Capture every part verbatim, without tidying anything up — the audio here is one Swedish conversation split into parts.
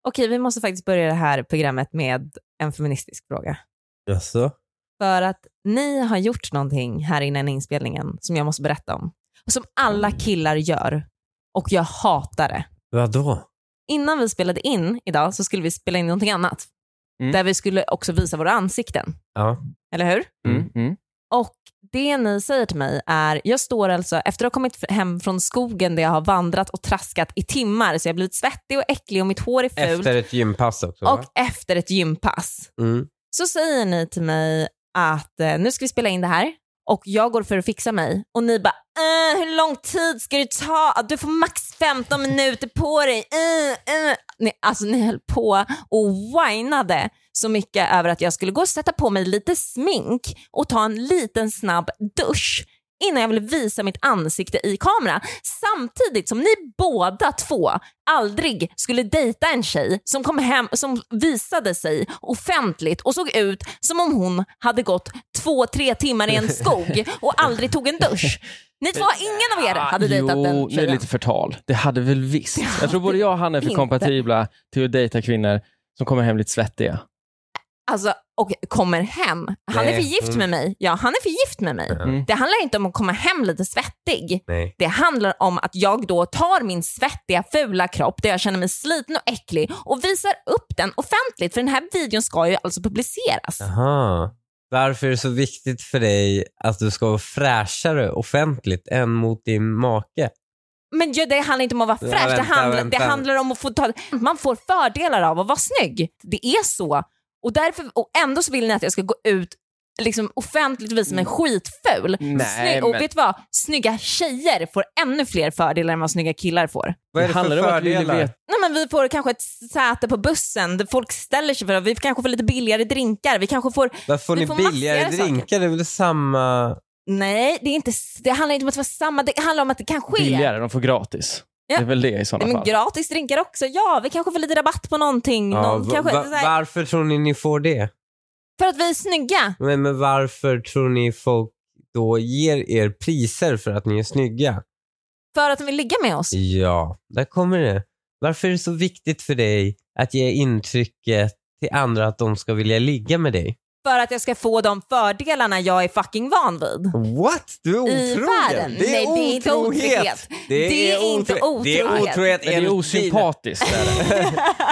Okej, vi måste faktiskt börja det här programmet med en feministisk fråga. Jaså? För att ni har gjort någonting här innan inspelningen som jag måste berätta om. Och som alla killar gör. Och jag hatar det. Vadå? Innan vi spelade in idag så skulle vi spela in någonting annat. Mm. Där vi skulle också visa våra ansikten. Ja. Eller hur? Mm. Mm. Och det ni säger till mig är, jag står alltså efter att ha kommit hem från skogen där jag har vandrat och traskat i timmar, så jag har blivit svettig och äcklig och mitt hår är fult. Efter ett gympass också, Och va? efter ett gympass. Mm. Så säger ni till mig att eh, nu ska vi spela in det här. Och jag går för att fixa mig. Och ni bara, äh, hur lång tid ska det ta? Du får max femton minuter på dig. Äh, äh. Ni, alltså ni höll på och whinade så mycket över att jag skulle gå och sätta på mig lite smink och ta en liten snabb dusch innan jag ville visa mitt ansikte i kamera. Samtidigt som ni båda två aldrig skulle dejta en tjej som kom hem, som visade sig offentligt och såg ut som om hon hade gått två, tre timmar i en skog och aldrig tog en dusch. Ni två, ingen av er hade dejtat jo, den tjejen. Nu är det lite förtal. Det hade väl visst. Jag tror både jag och han är för inte. kompatibla till att dejta kvinnor som kommer hem lite svettiga. Alltså, och kommer hem. Han Nej. är för gift med mig. Ja, han är för gift med mig. Mm. Det handlar inte om att komma hem lite svettig. Nej. Det handlar om att jag då tar min svettiga, fula kropp där jag känner mig sliten och äcklig och visar upp den offentligt. För den här videon ska ju alltså publiceras. Aha. Varför är det så viktigt för dig att du ska vara fräschare offentligt än mot din make? Men ju, det handlar inte om att vara fräsch. Ja, vänta, det, handlar, vänta. det handlar om att få ta... Man får fördelar av att vara snygg. Det är så. Och, därför, och ändå så vill ni att jag ska gå ut liksom offentligt och visa mig skitful. Nej, Snygg, och men- vet du vad? Snygga tjejer får ännu fler fördelar än vad snygga killar får. Vad är det, Det handlar för om att vi vill fördelar? veta- Nej, men vi får kanske ett säte på bussen där folk ställer sig för det. Vi kanske får lite billigare drinkar. Vi kanske får... Varför får vi ni får billigare massor av drinkar? Det är väl samma... Nej, det, är inte, det handlar inte om att det var samma. Det handlar om att det kan ske. Billigare, de får gratis. Ja. Det är väl det i sådana Nej, men fall. gratis drinkar också. Ja, vi kanske får lite rabatt på någonting. Ja, Någon, va- kanske, va- så här, varför tror ni ni får det? för att vi är snygga. Men, men varför tror ni folk då ger er priser för att ni är snygga? För att de vill ligga med oss. Ja, där kommer det. Varför är det så viktigt för dig att ge intrycket till andra att de ska vilja ligga med dig? För att jag ska få de fördelarna jag är fucking van vid. What? Du är otrogen. I världen. Det är Nej, det är inte otrohet. otrohet. Det är, Det är inte otro- Det är otrohet. otrohet Men det är enligt, osympatiskt. Är det.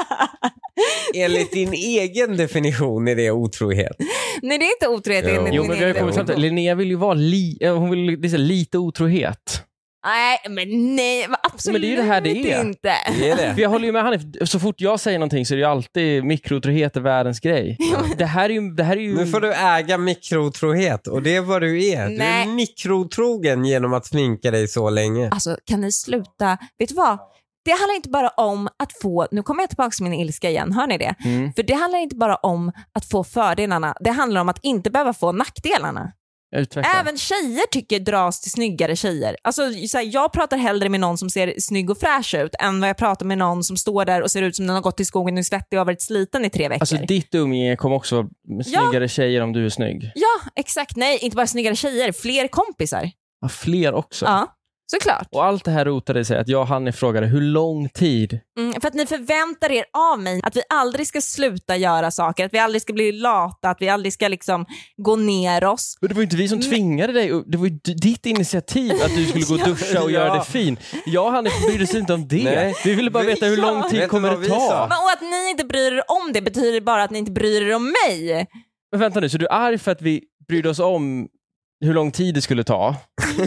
din, enligt din egen definition är det otrohet. Nej, det är inte otrohet. Jo. enligt Jo, min men vi har ju egen- kommit fram till Linnea vill ju vara li, eh, hon vill det är så lite otrohet. Nej, men nej, absolut Men det är ju det här det är. inte. Det är För det. jag håller ju med Hanif, så fort jag säger någonting så är det ju alltid mikrotrohet är världens grej. Det här är ju... Det här är ju... Nu får du äga mikrotrohet och det är vad du är. Du Nej. är mikrotrogen genom att sminka dig så länge. Alltså, kan ni sluta? Vet du vad? Det handlar inte bara om att få... Nu kommer jag tillbaka till min ilska igen, hör ni det? Mm. För det handlar inte bara om att få fördelarna. Det handlar om att inte behöva få nackdelarna. Utveckla. Även tjejer tycker dras till snyggare tjejer. Alltså, så här, jag pratar hellre med någon som ser snygg och fräsch ut än vad jag pratar med någon som står där och ser ut som den har gått i skogen och är svettig och har varit sliten i tre veckor. Alltså ditt umgänge kommer också vara med Ja. snyggare tjejer om du är snygg. Ja, exakt. Nej, inte bara snyggare tjejer. Fler kompisar. Ja, fler också. Ja, såklart. Och allt det här rotade sig att jag och Hanni frågade hur lång tid. Mm, för att ni förväntar er av mig att vi aldrig ska sluta göra saker, att vi aldrig ska bli lata, att vi aldrig ska liksom gå ner oss. Men det var ju inte vi som tvingade dig. Det var ju d- ditt initiativ att du skulle gå och duscha och Ja. göra det fin. Jag och Hanni brydde sig inte om det. Nej. Vi ville bara Vi- veta hur Ja. lång Vet tid du kommer vad det vi sa? ta. Men, och att ni inte bryr er om det betyder bara att ni inte bryr er om mig. Men vänta nu, så du är arg för att vi brydde oss om hur lång tid det skulle ta.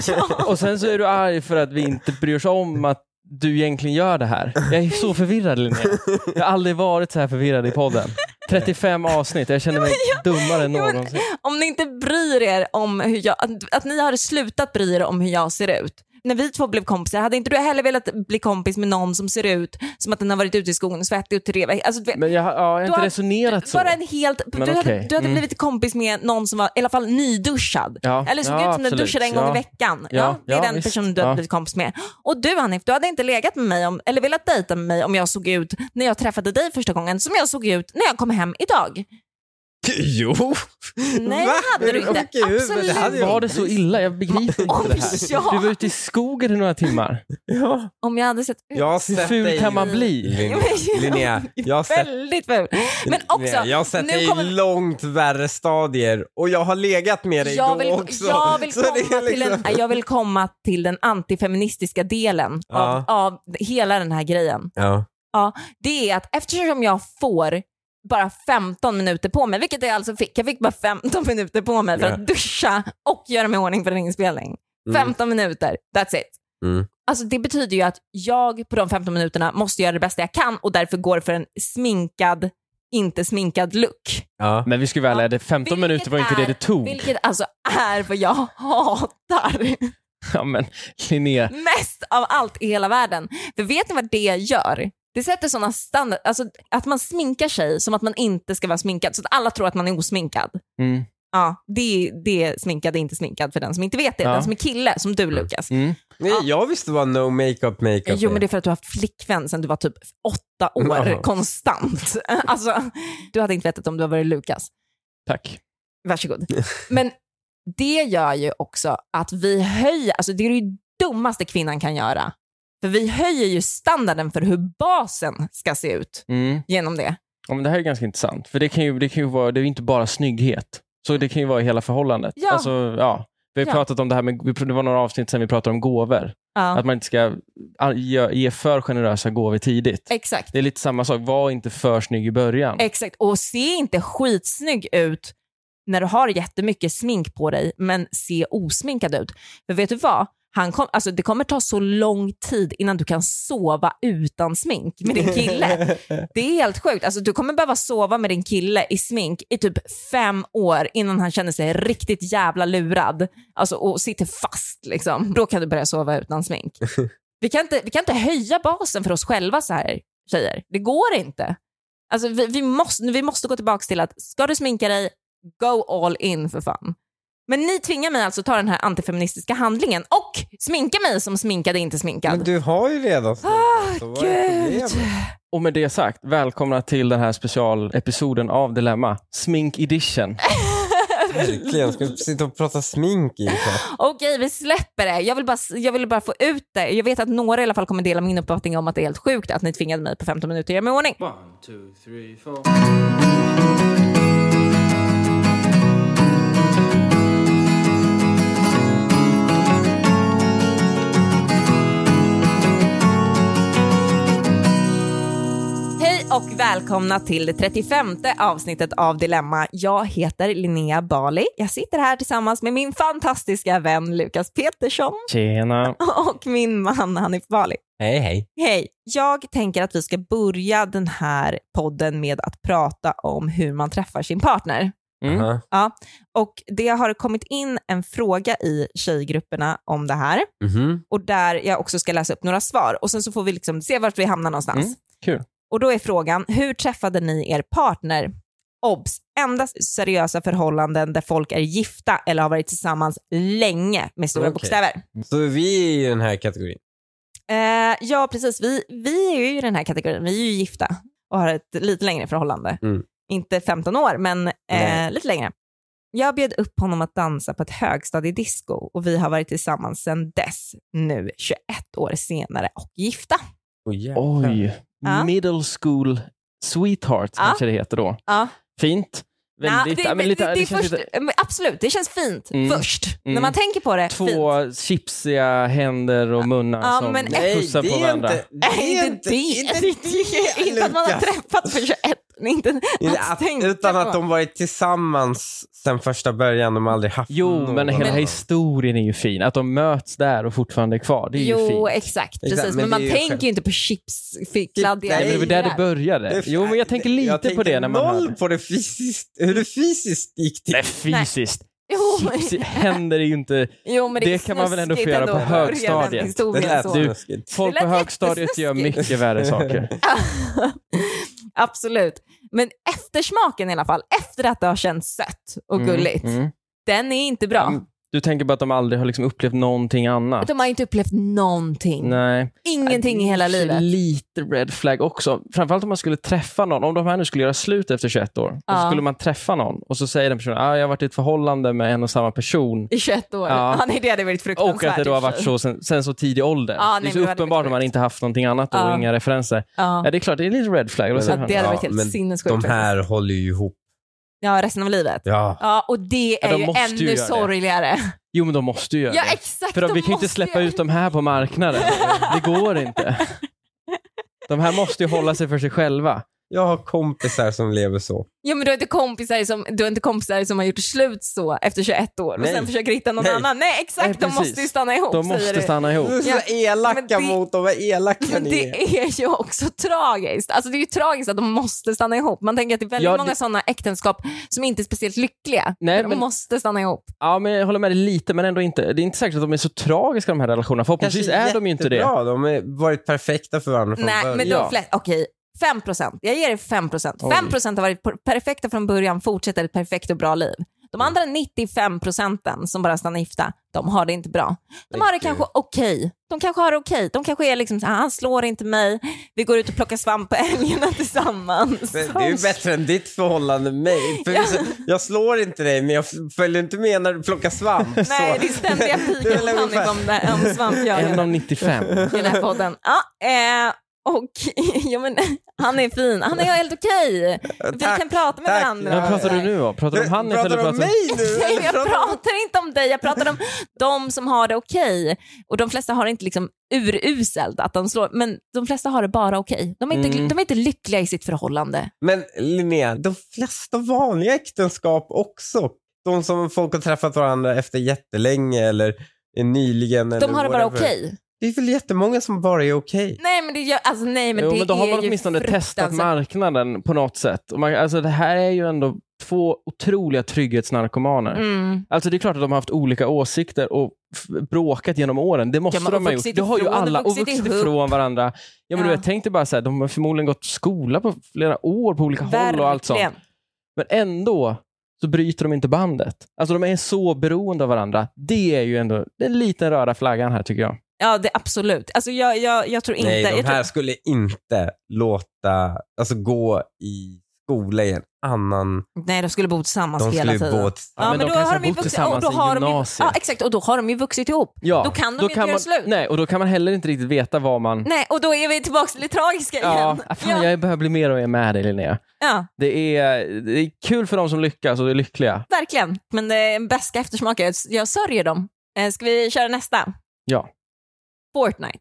Och sen så är du arg för att vi inte bryr oss om att du egentligen gör det här. Jag är så förvirrad, Linnea. Jag har aldrig varit så här förvirrad i podden. trettiofem avsnitt, jag känner mig dummare än Ja, men- någonsin. Om ni inte bryr er om hur jag, att, att ni har slutat bry er om hur jag ser ut. När vi två blev kompisar, hade inte du heller velat bli kompis med någon som ser ut som att den har varit ute i skogen och svettig och tre veckor? Alltså, du vet, Men jag, har- ja, jag har Du inte har- resonerat så. bara en helt, du Men hade, okej. du hade Mm. blivit kompis med någon som var i alla fall nyduschad. Ja. Eller såg Ja, ut som den absolut. duschade en gång Ja. i veckan. Ja, Ja, det är ja, den visst. personen du hade Ja. blivit kompis med. Och du, Hanif, du hade inte legat med mig om, eller velat dejta med mig om jag såg ut när jag träffade dig första gången som jag såg ut när jag kom hem idag. Jo. Nej, Va? det hade du inte. Okej, men Absolut. det hade jag Var det så illa? Jag begriper inte Om det här. jag- Du var ute i skogen i några timmar. Ja. Om jag hade sett ut. Jag har Hur sett ful dig... kan man bli? Linnea, Linnea, jag har sett... Väldigt ful. Men också, Linnea, jag har sett nu dig i kommer- långt värre stadier och jag har legat med dig jag då vill, också. jag, vill Så det komma är till liksom- en, jag vill komma till den antifeministiska delen Ja. av, av hela den här grejen. Ja. Ja, det är att eftersom jag får bara femton minuter på mig, vilket jag alltså fick. Jag fick bara femton minuter på mig för Ja. att duscha och göra mig i ordning för en inspelning. Mm. femton minuter, that's it. Mm. Alltså det betyder ju att jag på de femton minuterna måste göra det bästa jag kan och därför går för en sminkad, inte sminkad look. Ja. Men vi ska väl Ja. det femton Vilket minuter var inte är- det det tog. Vilket alltså är vad jag hatar Ja, men Linnea. mest av allt i hela världen. För vet ni vad det gör? Det sätter sådana standard, alltså att man sminkar sig som att man inte ska vara sminkad, så att alla tror att man är osminkad. Mm. Ja, det, det är sminkad, det är inte sminkad för den som inte vet det. Ja. Den som är kille, som du Lukas. Mm. Nej, jag visste vad no makeup makeup Jo, men det är för att du har haft flickvän sedan du var typ åtta år Ja. konstant. Alltså, du hade inte vetat om du har varit Lukas. Tack. Varsågod. Men det gör ju också att vi höjer, alltså det är det dummaste kvinnan kan göra. För vi höjer ju standarden för hur basen ska se ut Mm. genom det. Ja, men det här är ganska intressant. För det kan ju, det kan ju vara, det är ju inte bara snygghet. Så det kan ju vara i hela förhållandet. Ja. Alltså, ja. Vi har Ja. pratat om det här med, vi- det var några avsnitt sedan vi pratade om gåvor. Ja, Att man inte ska ge, ge för generösa gåvor tidigt. exakt. Det är lite samma sak. Var inte för snygg i början. Exakt. Och se inte skitsnygg ut när du har jättemycket smink på dig, men se osminkad ut. För vet du vad? Han kom, alltså det kommer ta så lång tid innan du kan sova utan smink med din kille. Det är helt sjukt. Alltså, du kommer behöva sova med din kille i smink i typ fem år innan han känner sig riktigt jävla lurad. Alltså, och sitter fast. Liksom. Då kan du börja sova utan smink. Vi kan inte, vi kan inte höja basen för oss själva så här, tjejer. Det går inte. Alltså, vi, vi, måste, vi måste gå tillbaka till att ska du sminka dig, go all in för fan. Men ni tvingar mig alltså att ta den här antifeministiska handlingen och sminka mig som sminkade inte sminkad. Men du har ju redan sminkat, Ah, så vad är Gud. problemet? Och med det sagt, välkomna till den här specialepisoden av Dilemma. Smink edition. Verkligen, ska vi sitta och prata smink i? Okej, vi släpper det. Jag vill, bara, jag vill bara få ut det. Jag vet att några i alla fall kommer dela min uppfattning om att det är helt sjukt att ni tvingade mig på femton minuter att göra mig i ordning. One, two, three, four. Hej och välkomna till det trettiofemte avsnittet av Dilemma. Jag heter Linnea Bali. Jag sitter här tillsammans med min fantastiska vän Lukas Petersson Tjena. och min man Hanif Bali. Hej, hej. Hej, jag tänker att vi ska börja den här podden med att prata om hur man träffar sin partner. Mm. Aha. Ja, och det har kommit in en fråga i tjejgrupperna om det här. Mhm. Och där jag också ska läsa upp några svar. Och sen så får vi liksom se vart vi hamnar någonstans. Mm, kul. Och då är frågan, hur träffade ni er partner? Obs, endast seriösa förhållanden där folk är gifta eller har varit tillsammans länge med stora Okej. bokstäver. Så vi är i den här kategorin. Eh, ja, precis. Vi, vi är ju i den här kategorin. Vi är ju gifta och har ett lite längre förhållande. Mm. Inte femton år, men eh, Nej. lite längre. Jag bjöd upp honom att dansa på ett högstadiedisco och vi har varit tillsammans sedan dess, nu tjugoett år senare och gifta. Oh, jävlar. Oj. Ja. Middle school sweetheart Ja. kanske det heter då. Ja. Fint. Väldigt, Nah, ja, det, men lite, det, det, det är känns först, lite, men absolut, det känns fint Mm. först. Mm. När man tänker på det, fint. två chipsiga händer och munnar Ja, som men- pussar det på är varandra. inte det. Nej, Är inte det. Inte Det är inte att man har Lukas. träffats för tjugoett. Inte Inte att att, tänka utan på. att de varit tillsammans sen första början. De har aldrig haft Jo, någon men hela annan. historien är ju fin. Att de möts där och fortfarande är kvar. Det är ju Jo, fint. exakt. Exakt, Precis. men Men man det är ju tänker skönt. ju inte på chips, kladdiga Nej, Nej, men det var där det började. Det är- Jo, men jag tänker lite jag på det när man noll hör. på det fysiskt, hur det fysiskt gick till. Nej, fysiskt. Jo, men, Chips händer är ju inte... jo, men det, Det är kan man väl ändå få snuskigt göra på ändå att börja den högstadiet. Det historien lät så. Du- snuskigt. Folk Det på lät högstadiet gör jättesnuskigt. mycket värre saker. Absolut. Men eftersmaken i alla fall, efter att det har känts sött och Mm, gulligt, mm. den är inte bra. Mm. Du tänker bara att de aldrig har liksom upplevt någonting annat. De har inte upplevt någonting. Nej. Ingenting i hela livet. Lite red flag också. Framförallt om man skulle träffa någon. Om de här nu skulle göra slut efter tjugoett år. Ja. Och så skulle man träffa någon. Och så säger den personen, ah, jag har varit i ett förhållande med en och samma person. I tjugoett år. Ja. Ja, nej, det hade varit fruktansvärt. Och att det då har varit så sen, sen så tidig ålder. Ja, det nej, är så men det uppenbart hade om man inte haft någonting annat och Ja. inga referenser. Ja. Ja, det är klart, det är lite red flag. Ja, det hade varit Ja, helt men sinnessjukt. de här håller ju ihop. Ja, resten av livet. Ja. Ja, och det Ja, är de ju måste ännu ju göra det. sorgligare. Jo, men de måste ju göra Ja, det. exakt. För de, de vi kan ju inte måste släppa göra- ut de här på marknaden. Det går inte. De här måste ju hålla sig för sig själva. Jag har kompisar som lever så. Ja, men du har inte kompisar som, du har inte kompisar som har gjort slut så efter tjugoett år Nej. och sen försöker hitta någon Nej. annan. Nej, exakt. Nej, de precis. måste ju stanna ihop. De säger måste du. stanna ihop. Du är så Ja, elaka men det- mot dem, vad elaka Men ni det är. är ju också tragiskt. Alltså det är ju tragiskt att de måste stanna ihop. Man tänker att det är väldigt Ja, det- många sådana äktenskap som inte är speciellt lyckliga. Nej, de men- måste stanna ihop. Ja, men jag håller med dig lite, men ändå inte. Det är inte säkert att de är så tragiska, de här relationerna. Förhoppningsvis är de ju inte det. jättebra. De har varit perfekta för varandra från Nej, början. men de Ja. flesta, okej. fem procent. Jag ger det fem procent. Oj. fem procent har varit per- perfekta från början, fortsätter ett perfekt och bra liv. De andra nittiofem procenten som bara stannar gifta, de har det inte bra. De har det Gud. kanske okej. De kanske har det okej. De kanske är liksom så här, han slår inte mig. Vi går ut och plockar svamp på älgarna tillsammans. Det, det är ju bättre än ditt förhållande med mig. För Ja. Jag slår inte dig, men jag följer inte med när du plockar svamp. Nej, så. det är ständiga Det är piken mot ungefär- Hanif om, det- om En svampjagare av nittiofem. i den här podden. Ja, eh, och ja, men, han är fin. Han är helt okej. Vi Tack, kan prata med tack. varandra. Vad pratar du nu om? Pratar du om Hanif Pratar eller du om pratar mig nu? Nej, eller jag pratar du- pratar inte om dig. Jag pratar om de som har det okej. Och de flesta har det inte liksom uruselt att de slår. Men de flesta har det bara okej. De, är inte, Mm. de är inte lyckliga i sitt förhållande. Men Linnea, de flesta vanliga äktenskap också. De som folk har träffat varandra efter jättelänge eller är nyligen. De eller har det bara whatever. okej. Det är väl jättemånga som bara är okej. Nej, men det, gör, alltså, nej, men Jo, det men då har är man ju åtminstone testat fruktansvärt. marknaden på något sätt. Och man, alltså, det här är ju ändå två otroliga trygghetsnarkomaner. Mm. Alltså det är klart att de har haft olika åsikter och f- bråkat genom åren. Det måste Ja, men de ha och gjort. vuxit Det har ju ifrån, alla. och Och vuxit vuxit ihop. ifrån varandra. Ja, men Ja. du vet, tänk dig bara så här, de har förmodligen gått skola på flera år på olika håll och allt sånt. Verkligen. Men ändå så bryter de inte bandet. Alltså de är så beroende av varandra. Det är ju ändå den liten röda flaggan här tycker jag. Ja, det absolut. Alltså, jag, jag, jag tror inte... Nej, de jag här tror, skulle inte låta, alltså gå i skola i en annan... nej, de skulle bo tillsammans De hela skulle tiden. bo t- Ja, men de då kanske har har ju bott vuxit- tillsammans och då i har de ju- gymnasiet. Ja, exakt. Och då har de ju vuxit ihop. Ja, Då kan de ju inte göra man, slut. Nej, och då kan man heller inte riktigt veta vad man... Nej, och då är vi tillbaka till det tragiska Ja, igen. fan, jag behöver bli mer och mer med dig Linnea. ja, Det är, det är kul för de som lyckas och är lyckliga. verkligen. Men det är en beska eftersmak. Jag, jag sörjer dem. Eh, Ska vi köra nästa? Ja. Fortnite.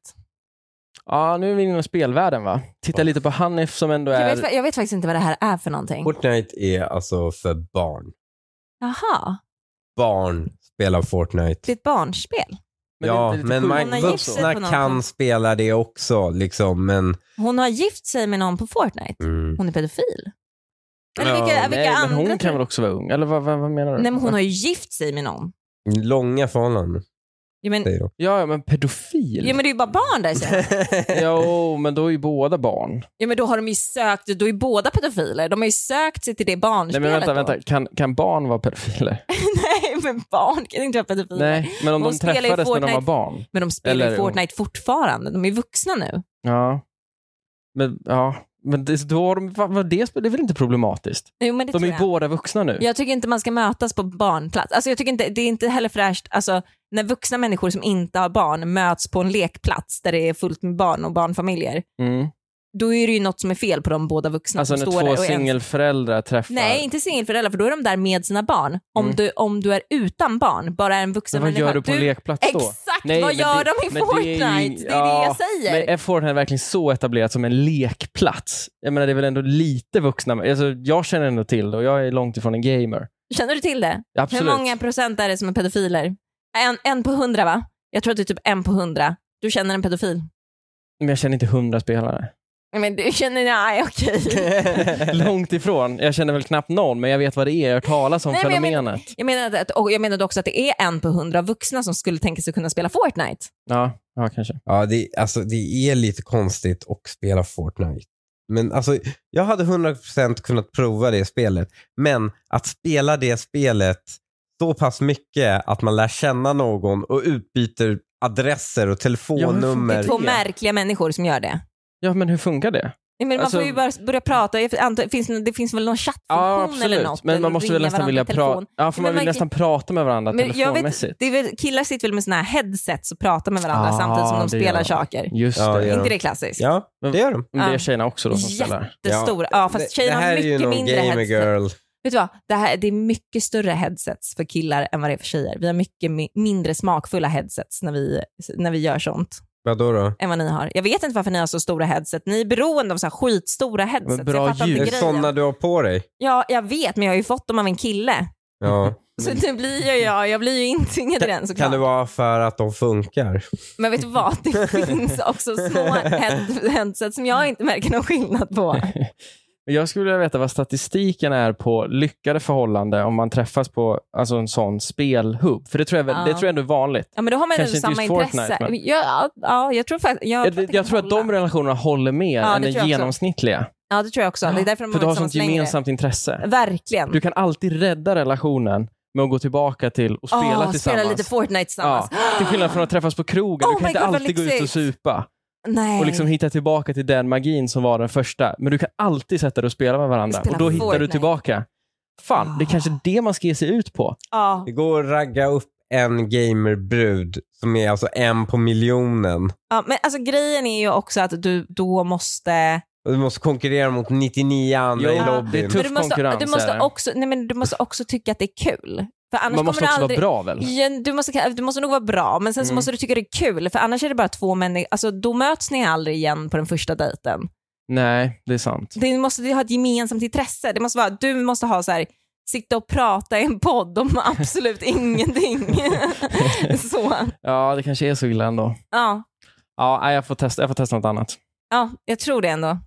Ja, nu är vi inom spelvärlden va? Titta lite på Hanif som ändå Jag är... vet, jag vet faktiskt inte vad det här är för någonting. Fortnite är alltså för barn. Jaha, Barn spelar Fortnite. det är ett barnspel. Men det är ja, inte lite men sjukt man, Hon har gift sig vuxna på någon kan form. spela det också, liksom, men... Hon har gift sig med någon på Fortnite. Mm. Hon är pedofil. Eller Ja, vilka, vilka Nej, men andra hon tror- kan väl också vara ung? Eller vad, vad, vad menar du? Nej, men hon har ju gift sig med någon. Långa förhållanden, Ja, men, säger de. Ja, ja, men pedofil? ja, men det är ju bara barn där. Så. Jo, men då är ju båda barn. Ja, men då har de ju sökt, då är båda pedofiler. De har ju sökt sig till det Nej, barnspelet. men vänta, då. vänta. Kan, kan barn vara pedofiler? Nej, men barn kan inte vara pedofiler. Nej, men om Hon de spelar ju träffades när de var Fortnite. barn. Men de spelar ju Eller- Fortnite fortfarande. De är vuxna nu. Ja. Men, ja. Men det, då har de, vad, vad det, det är väl inte problematiskt? Jo, men det De är tror ju jag. båda vuxna nu. Jag tycker inte man ska mötas på barnplats. Alltså jag tycker inte, det är inte heller fräscht, alltså när vuxna människor som inte har barn möts på en lekplats där det är fullt med barn och barnfamiljer, Mm. då är det ju något som är fel på de båda vuxna Alltså som när står där. två Och en... singelföräldrar träffar. Nej, inte singelföräldrar, för då är de där med sina barn. Om, Mm. du, om du är utan barn, bara är en vuxen Men vad människa. gör du på en lekplats då? Exakt, Nej, vad men gör det- de i men det är Fortnite? ju- Det är, ja, det jag säger. Men är Fortnite verkligen så etablerat som en lekplats? Jag menar, det är väl ändå lite vuxna. Alltså, jag känner ändå till det och jag är långt ifrån en gamer. Känner du till det? Absolut. Hur många procent är det som är pedofiler? En, en på hundra, va? Jag tror att det är typ en på hundra. Du känner en pedofil. Men jag känner inte hundra spelare. Men du känner, nej okej. Långt ifrån. Jag känner väl knappt någon, men jag vet vad det är. Jag har hört talas om Nej, men jag men- fenomenet. Jag menade, att, och jag menade också att det är en på hundra vuxna som skulle tänka sig kunna spela Fortnite. Ja, ja, kanske. Ja, det, alltså, det är lite konstigt att spela Fortnite. Men alltså, jag hade hundra procent kunnat prova det spelet. Men att spela det spelet så pass mycket att man lär känna någon och utbyter adresser och telefonnummer. Det är två märkliga människor som gör det. Ja, men hur funkar det? Nej, men man alltså, får ju bara börja prata. Jag antar, finns, det finns väl någon chattfunktion ja, eller något? Men man måste väl nästan vilja prata. Ja, för man vill man, nästan prata med varandra men telefonmässigt. Jag vet, det är väl, killar sitter väl med såna här headsets och pratar med varandra ah, samtidigt som de spelar gör. saker. Just ja, det. det Inte de. det klassiskt? Ja, det gör de. Men det är tjejerna också då som spelar. Jättestora. Ja, fast tjejerna har mycket mindre headsets. Girl. Vet du vad? Det, här, det är mycket större headsets för killar än vad det är för tjejer. Vi har mycket mi- mindre smakfulla headsets när vi, när vi gör sånt. Vadå då? Än vad ni har. Jag vet inte varför ni har så stora headset. Ni är beroende av så här skitstora headsets. Men bra jag fattar ljud. inte Det är grejen. sådana du har på dig. Ja, jag vet, men jag har ju fått dem av en kille. Ja. Så nu blir jag, jag, jag blir ju intvingad i den såklart. Kan det vara för att de funkar? Men vet du vad? Det finns också små head- headset som jag inte märker någon skillnad på. Jag skulle vilja veta vad statistiken är på lyckade förhållande om man träffas på alltså en sån spelhubb. För det tror jag, väl, Ja. det tror jag ändå är vanligt. Ja, men då har man ju Kanske inte samma just intresse. Fortnite, men- Ja, ja, jag tror faktiskt... Jag, Jag, tror att, jag, det tror kan att de hålla. relationerna håller mer Ja, än det den tror jag också. genomsnittliga. Ja, det tror jag också. Det är därför de För du har varit sånt tillsammans gemensamt intresse. längre. Verkligen. Du kan alltid rädda relationen med att gå tillbaka till och spela Åh, tillsammans. spela lite Fortnite tillsammans. Ja, till skillnad från att träffas på krogen. Oh Du kan my inte God, vad alltid gå ut och lyxigt. supa. Nej. Och liksom hitta tillbaka till den magin som var den första. Men du kan alltid sätta dig och spela med varandra. Spela och då hittar du Fortnite. tillbaka. Fan, det är kanske det man ska ge sig ut på. Ja. Det går att ragga upp en gamerbrud som är alltså en på miljonen. Ja, men alltså grejen är ju också att du då måste... Och du måste konkurrera mot nittionio andra Jo, i det är lobbyn. tuff Men du måste, konkurrens du måste är det. också, nej, men du måste också tycka att det är kul. För annars Man måste kommer också du aldrig, vara bra väl? Ja, du, måste, du måste nog vara bra, men sen så Mm. måste du tycka det är kul. För annars är det bara två människor, alltså då möts ni aldrig igen på den första dejten. Nej, det är sant. Det måste ha ett gemensamt intresse. Det måste vara, du måste ha så här, sitta och prata i en podd om absolut ingenting. Så, Ja, det kanske är så illa ändå. ja. Ja, nej, jag får testa, jag får testa något annat. Ja, jag tror det ändå.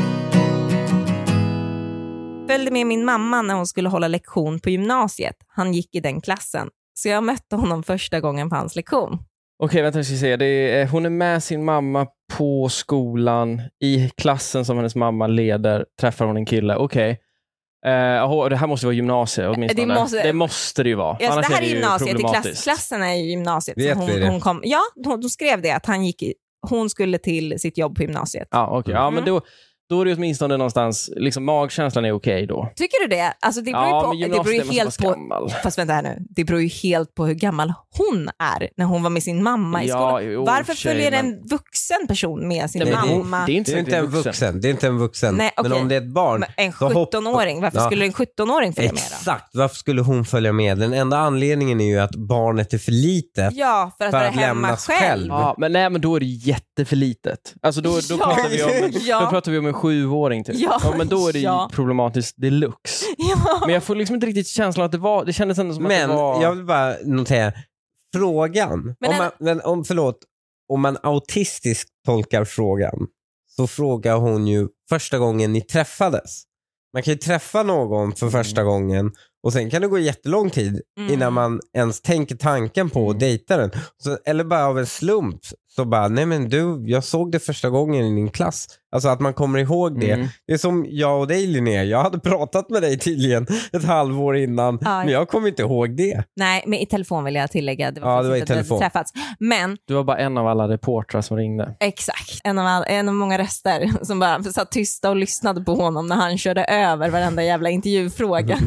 Följde med min mamma när hon skulle hålla lektion på gymnasiet. Han gick i den klassen. Så jag mötte honom första gången på hans lektion. Okej, vänta, jag ska se. Det är, hon är med sin mamma på skolan. I klassen som hennes mamma leder träffar hon en kille. Okej. Eh, det här måste vara gymnasiet åtminstone. Det måste- det måste det ju vara. Ja, Annars det här är är ju gymnasiet. I klass, problematiskt. klassen är ju gymnasiet. Vet Så vi hon, det? hon kom, ja, hon, hon skrev det att han gick i, hon skulle till sitt jobb på gymnasiet. Ja, okej. Ja, Mm. men då, då är det åtminstone någonstans, liksom magkänslan är okej då. Tycker du det? Alltså det beror ju Ja, på, men det beror ju gymnasiet helt måste på vara gammal. Fast vänta här nu. Det beror ju helt på hur gammal hon är när hon var med sin mamma i Ja, skolan. jo, Varför tjej, följer men- en vuxen person med sin Nej, men det- mamma? det är inte Det är säkert inte en vuxen. vuxen. Det är inte en vuxen. Nej, Men okej. om det är ett barn. Men en så hopp- sjutton-åring, varför Ja. skulle en sjutton-åring följa med då? Exakt. Varför skulle hon följa med? Den enda anledningen är ju att barnet är för litet. Ja, för att För vara att hemma lämnas själv. själv. Ja, men nej, men då är det jätteför litet. Alltså då, då, Ja. pratar vi om, Ja. då pratar vi om en sjuåring typ. Ja. men då är det Ja. problematiskt deluxe. Ja. Men jag får liksom inte riktigt känslan att det var, det kändes ändå som Men att det var... jag vill bara notera frågan. Men om, en- man, men om, förlåt, om man autistiskt tolkar frågan så frågar hon ju första gången ni träffades. Man kan ju träffa någon för första gången och sen kan det gå jättelång tid Mm. innan man ens tänker tanken på att dejta den. Så, eller bara av en slump så bara, nej men du, jag såg det första gången i din klass. Alltså att man kommer ihåg det. Mm. Det är som jag och dig Linnea. Jag hade pratat med dig tydligen ett halvår innan, Ja. men jag kommer inte ihåg det. Nej, men i telefon vill jag tillägga. Det var Ja, faktiskt det var i inte att vi hade telefon. träffats. Men Du var bara en av alla reportrar som ringde. exakt, en av, all, en av många röster som bara satt tysta och lyssnade på honom när han körde över varenda jävla intervjufråga.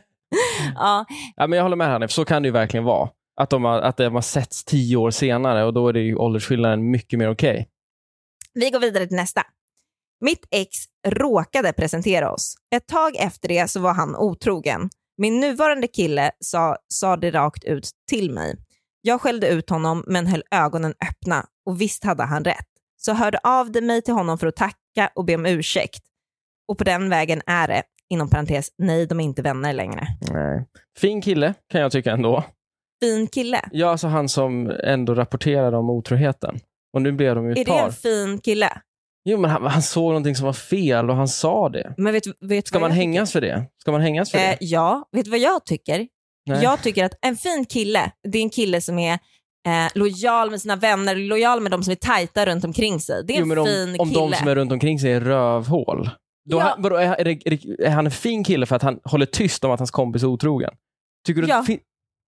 Ja, Ja, men jag håller med henne, för så kan det ju verkligen vara. Att de har, att de har setts tio år senare och då är det ju åldersskillnaden mycket mer okej. vi går vidare till nästa. Mitt ex råkade presentera oss. Ett tag efter det så var han otrogen. Min nuvarande kille sa, sa det rakt ut till mig. Jag skällde ut honom men höll ögonen öppna och visst hade han rätt. Så hörde av det mig till honom för att tacka och be om ursäkt. Och på den vägen är det, inom parentes, nej de är inte vänner längre. Nej. Fin kille kan jag tycka ändå. Fin kille. Ja, alltså han som ändå rapporterade om otroheten. Och nu blev de ju Är ett det par. en fin kille? Jo, men han, han såg någonting som var fel och han sa det. Men vet, vet Ska vad man jag hängas för det? Ska man hängas för tycker? det? Eh, ja, vet du vad jag tycker? Nej. Jag tycker att en fin kille, det är en kille som är eh, lojal med sina vänner, lojal med de som är tajta runt omkring sig. Det är Jo, en men om, fin om kille. de som är runt omkring sig är rövhål. Då Ja. han, vadå, är, är, det, är, det, är han en fin kille för att han håller tyst om att hans kompis är otrogen? Tycker du Ja. att fin,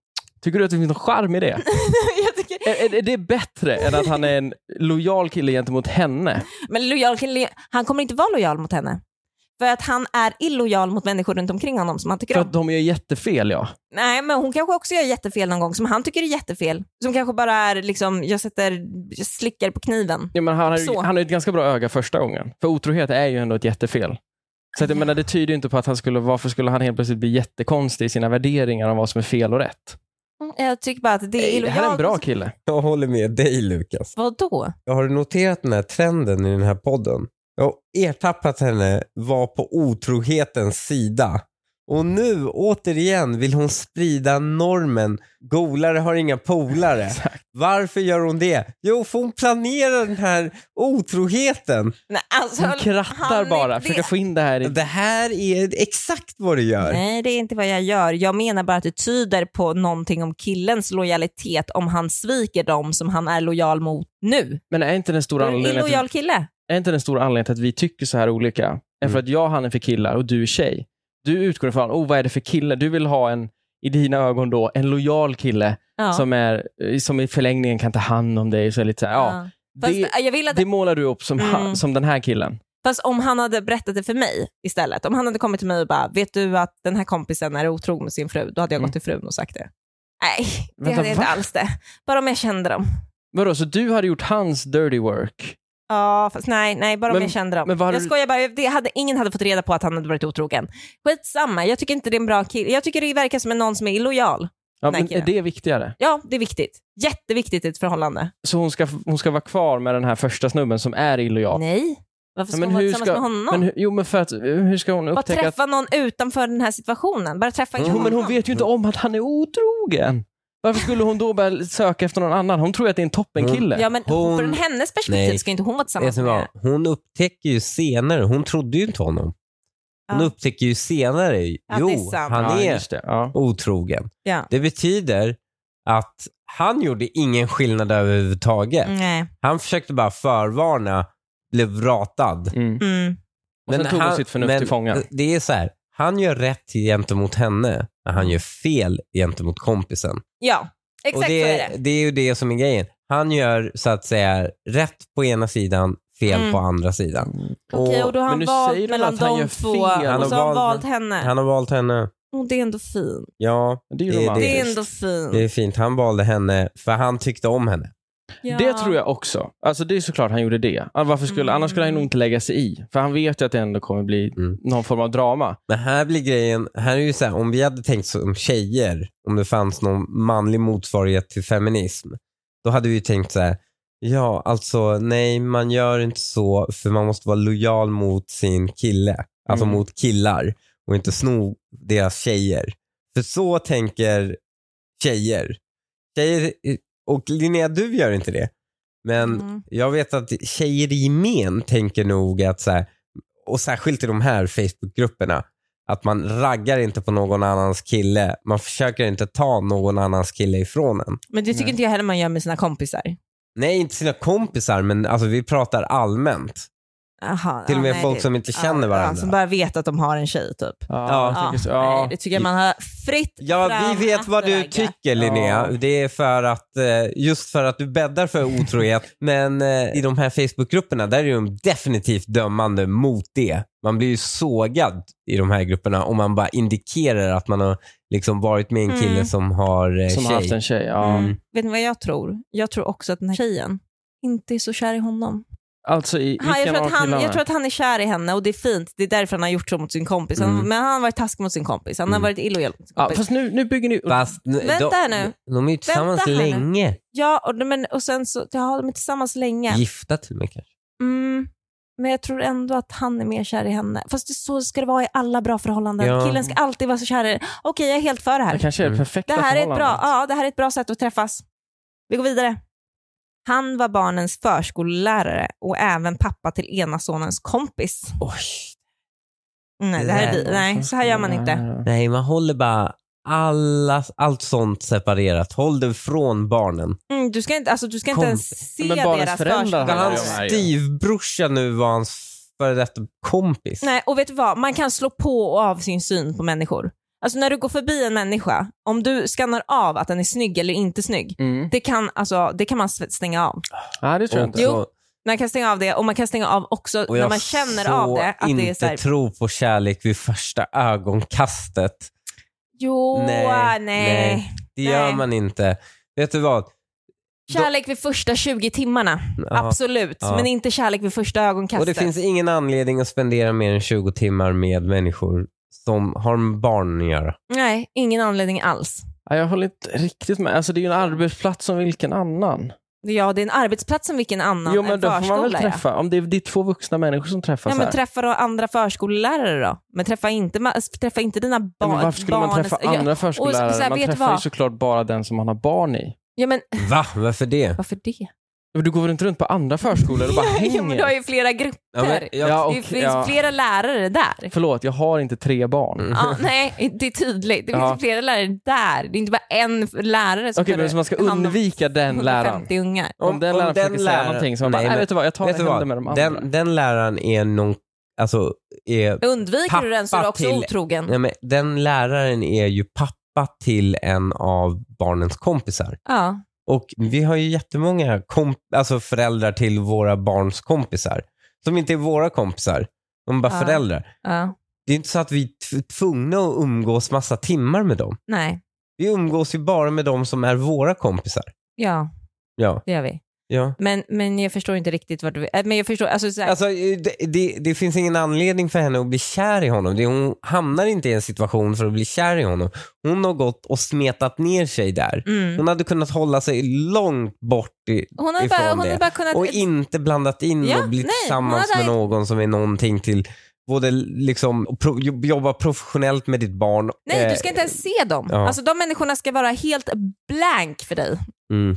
Tycker du att det finns någon charm i det? jag tycker... är, är det bättre än att han är en lojal kille gentemot henne? Men lojal kille, han kommer inte vara lojal mot henne. För att han är illojal mot människor runt omkring honom som han tycker För om. att de gör jättefel, ja. Nej, men hon kanske också gör jättefel någon gång som han tycker är jättefel. Som kanske bara är liksom, jag sätter, jag slickar på kniven. Ja, men han har Så. han har ett ganska bra öga första gången. För otrohet är ju ändå ett jättefel. Så att, jag menar, det tyder ju inte på att han skulle, varför skulle han helt plötsligt bli jättekonstig i sina värderingar om vad som är fel och rätt. Jag tycker bara att det är Nej, det illojalt. här är en bra kille. Jag håller med dig, Lukas. Vadå? Har du noterat den här trenden i den här podden? Jag har ertappat henne var på otrohetens sida. Och nu återigen vill hon sprida normen. Golare har inga polare. Exakt. Varför gör hon det? Jo, för hon planerar den här otroheten. Nej, alltså, Hon krattar han är- bara, det- försöker få in det här i... Det här är exakt vad du gör. Nej, det är inte vad jag gör. Jag menar bara att det tyder på någonting om killens lojalitet om han sviker dem som han är lojal mot nu. Men är inte den stora Är en anledningen illojal till, kille. är inte den stora anledningen till att vi tycker så här olika? Mm. Är för att jag han är för killar och du är tjej. Du utgår ifrån, oh, vad är det för kille? Du vill ha en, i dina ögon då, en lojal kille Ja. som, är, som i förlängningen kan ta hand om dig. Så är lite så här, ja. Fast Det, jag vill att det målar du upp som, Mm. han, som den här killen. Fast om han hade berättat det för mig istället. Om han hade kommit till mig och bara, vet du att den här kompisen är otrogen med sin fru? Då hade jag Mm. gått till frun och sagt det. Nej, det Vänta, hade jag va? inte alls det. Bara om jag kände dem. Vadå, så du hade gjort hans dirty work? Ja, fast nej, nej, bara om Men- jag kände dem. men vad hade Jag du- skojar bara, det hade, ingen hade fått reda på att han hade varit otrogen. Skitsamma, jag tycker inte det är en bra kille. Jag tycker det verkar som en någon som är illojal. Ja, Nej, men är killen. det viktigare? Ja, det är viktigt. Jätteviktigt i ett förhållande. Så hon ska, hon ska vara kvar med den här första snubben som är illojal? Nej, varför Ja, ska men hon vara hur tillsammans ska, med honom? men, hur- jo, men för att, hur ska hon Bara upptäcka att... träffa någon utanför den här situationen. Bara träffa en Jo, men hon honom. vet ju inte om att han är otrogen. Varför skulle hon då börja söka efter någon annan? Hon tror att det är en toppenkille. Ja, men Hon- från hennes perspektiv Nej. ska inte hon vara Vet tillsammans ni med. vad? Hon upptäcker ju senare, hon trodde ju inte honom. Hon Ja. upptäcker ju senare, Ja, jo, det är sant. han Ja, är just det. Ja. otrogen. Ja. Det betyder att han gjorde ingen skillnad överhuvudtaget. Nej. Han försökte bara förvarna, blev ratad. Mm. Mm. Och sen tog hon han- sitt förnuft men till fånga. Det är så här, han gör rätt gentemot henne, men han gör fel gentemot kompisen. Ja, exakt Och det, så är det. det är ju det som är grejen. Han gör så att säga rätt på ena sidan, fel Mm. på andra sidan. Okej, och då har Men han nu valt säger du mellan att han de gör två fel. Han och har så har han valt- valt henne. Han har valt henne. Och det är ändå fint. Ja, Det är ju det är romantiskt. Det är ändå fint. det är fint. Han valde henne för han tyckte om henne. Ja. Det tror jag också. Alltså det är såklart han gjorde det. Alltså, Varför skulle, Mm. Annars skulle han nog inte lägga sig i. För han vet ju att det ändå kommer bli Mm. någon form av drama. Men här blir grejen, här är ju så här, om vi hade tänkt som tjejer, om det fanns någon manlig motsvarighet till feminism, då hade vi ju tänkt så här, ja, alltså nej, man gör inte så för man måste vara lojal mot sin kille, alltså Mm. mot killar och inte sno deras tjejer. För så tänker tjejer. Tjejer, och Linnea, du gör inte det. Men Mm. jag vet att tjejer i gemen tänker nog att så här, och särskilt i de här Facebookgrupperna, att man raggar inte på någon annans kille. Man försöker inte ta någon annans kille ifrån en. Men det tycker Nej. inte jag heller man gör med sina kompisar. Nej, inte sina kompisar, men alltså vi pratar allmänt. Aha, Till och med ja, nej, folk det- som inte känner ja, varandra. Ja, som bara vet att de har en tjej typ. Ja, Ja. jag Ja, tänker så. nej, Ja. det tycker jag man har fritt Ja, fram vi vet att vad du ragga. tycker, Linnea. Ja. Det är för att, eh, just för att du bäddar för otrohet. Men eh, i de här Facebookgrupperna, där är de definitivt dömande mot det. Man blir ju sågad i de här grupperna om man bara indikerar att man har liksom varit med en kille Mm. som har eh, Som har tjej. haft en tjej. Ja. Mm. Vet ni vad jag tror? Jag tror också att den här tjejen inte är så kär i honom. Alltså i Han, jag, vilken tror av att han, killarna? jag tror att han är kär i henne och det är fint. Det är därför han har gjort så mot sin kompis. Han, Mm. Men han har varit taskig mot sin kompis. Han har Mm. varit illojal mot sin Ja, kompis. fast nu, nu bygger ni... Fast n- Vänta här de, nu. de är ju tillsammans Vänta här nu. länge. Ja, och, de- men, och sen så ja, de är tillsammans länge. Gifta till och med kanske. Mm. Men jag tror ändå att han är mer kär i henne. Fast det, så ska det vara i alla bra förhållanden. Ja. Killen ska alltid vara så kär i. Okej, jag är helt för det Det här. kanske är det Mm. perfekta Det här, är ett bra, förhållandet. ja, det här är ett bra sätt att träffas. Vi går vidare. Han var barnens förskollärare och även pappa till ena sonens kompis. Oj. Nej, det här är, di- nej så här gör man inte. Nej, man håller bara alla, allt sånt separerat. Håll det från barnen. Mm, du ska inte, alltså, du ska inte Kom- ens se Men barnens deras föräldrar Ska förskola. handlar hans ju om här, ja. styvbrorsa nu vara hans före detta kompis? Nej, och vet du vad? Man kan slå på och av sin syn på människor. Alltså när du går förbi en människa, om du skannar av att den är snygg eller inte snygg, Mm. det, kan, alltså, det kan man stänga av. Ja, det tror jag Och inte. Jo. Man kan stänga av det och man kan stänga av också Och när jag man känner så av det. Att inte det är så här, tror på kärlek vid första ögonkastet. jo, nej. Nej, nej. nej. Det gör Nej. man inte. Vet du vad? Kärlek vid första tjugo timmarna, Ja. absolut. Ja. Men inte kärlek vid första ögonkastet. Och det finns ingen anledning att spendera mer än tjugo timmar med människor som har med barn att göra. Nej, ingen anledning alls. Ja, jag håller inte riktigt med. Alltså, det är ju en arbetsplats som vilken annan. Ja, det är en arbetsplats som vilken annan Jo, men en då får förskola. man väl ja. träffa. Om det är, det är två vuxna människor som träffas Ja, men här. träffa då andra förskollärare då. Men träffa inte, ma- träffa inte dina barn. Ja, men varför skulle man barnens- träffa ja, andra och förskollärare? så här, Man vet du träffar ju vad? såklart bara den som man har barn i. Ja, men Va? Varför det? varför det? Du går väl inte runt på andra förskolor och bara hänger? Ja, men du har ju flera grupper. Ja, men jag- Ja, det och- finns ja. flera lärare där. Förlåt, jag har inte tre barn. Mm. Ja, nej, det är tydligt. Det finns Ja. flera lärare där. Det är inte bara en lärare som Okej, tar men så man ska hand om undvika den läraren. hundrafemtio ungar. Om, den läraren försöker säga någonting som man bara, Nej, nej, men- vet du vad, jag tar Vet det du händer vad? med de andra. Den, den läraren är någon, alltså, är, Undviker du den så är du Pappa också till- otrogen. nej, men den läraren är ju pappa till en av barnens kompisar. Ja. Och vi har ju jättemånga komp- alltså föräldrar till våra barns kompisar som inte är våra kompisar, de är bara Ja. föräldrar. Ja. Det är inte så att vi är t- tvungna att umgås massa timmar med dem. Nej. Vi umgås ju bara med dem som är våra kompisar. Ja, Ja, det gör vi. ja. Men, men jag förstår inte riktigt vad du... äh, Men jag förstår, alltså, så här, Alltså, det, det, det finns ingen anledning för henne att bli kär i honom. Det, hon hamnar inte i en situation för att bli kär i honom. Hon har gått och smetat ner sig där. mm. Hon hade kunnat hålla sig långt bort i, Hon hade ifrån bara, hon det. hade bara kunnat... Och inte blandat in Ja, och blivit nej, tillsammans hon hade- med någon som är någonting till både liksom pro, jobba professionellt med ditt barn. Nej, eh, du ska inte ens se dem. ja. Alltså de människorna ska vara helt blank för dig. Mm.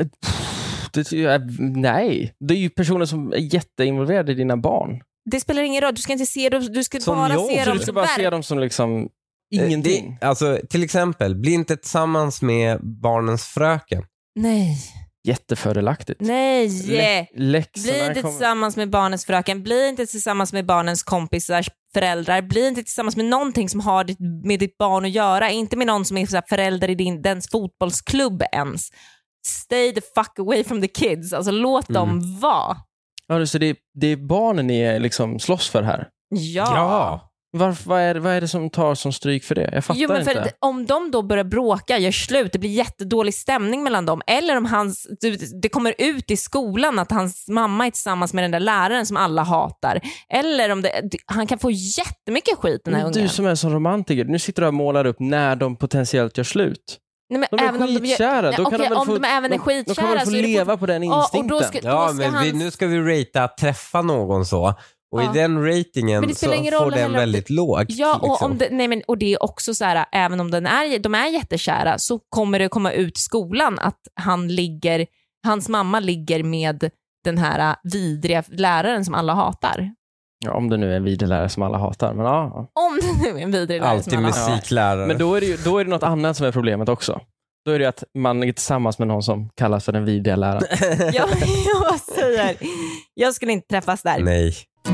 Det, ja, nej, det är ju personer som är jätteinvolverade i dina barn. Det spelar ingen roll, du ska inte se dem, du ska Som bara jag. se Så dem du ska som bara verk. se dem som liksom Eh, ingenting. Det, alltså, till exempel, bli inte tillsammans med barnens fröken. Nej, Jättefördelaktigt. nej. Lä- läxorna Bli inte kommer- tillsammans med barnens fröken, bli inte tillsammans med barnens kompisars föräldrar, bli inte tillsammans med någonting som har ditt, med ditt barn att göra, inte med någon som är så här förälder i din, dens fotbollsklubb ens. Stay the fuck away from the kids, alltså låt Mm. dem vara. Ja, så det, är- det är barnen ni är liksom slåss för här. Ja. Varför, vad, är, det- vad är det som tar som stryk för det? Jag fattar Jo, men för inte. att om de då börjar bråka, gör slut, det blir jättedålig stämning mellan dem, eller om hans, det kommer ut i skolan att hans mamma är tillsammans med den där läraren som alla hatar, eller om det, han kan få jättemycket skit den här Men ungen. du som är så romantiker, nu sitter du och målar upp när de potentiellt gör slut. Nej, men De är även om de gör- skitkära. Nej, Då kan okej, de väl om få, de även är de, de skitkära kan väl få så är det leva fort- på den Ja, och instinkten. då ska- Ja, ska men han- vi, nu ska vi ratea att träffa någon så. Och Ja. i den Men ratingen det så spelar ingen roll får den heller om väldigt lågt. Ja, och, liksom. om det, nej men, och det är också så här, även om den är, de är jättekära så kommer det komma ut i skolan att han ligger, hans mamma ligger med den här äh, vidriga läraren som alla hatar. Ja, om det nu är en videolärare som alla hatar. Men, ja. Om det nu är en vidrig lärare Alltid som alla hatar. musiklärare. men då, är det ju, då är det något annat som är problemet också. Då är det att man är tillsammans med någon som kallas för den vidriga läraren. Jag, jag säger, jag skulle inte träffas där. Nej.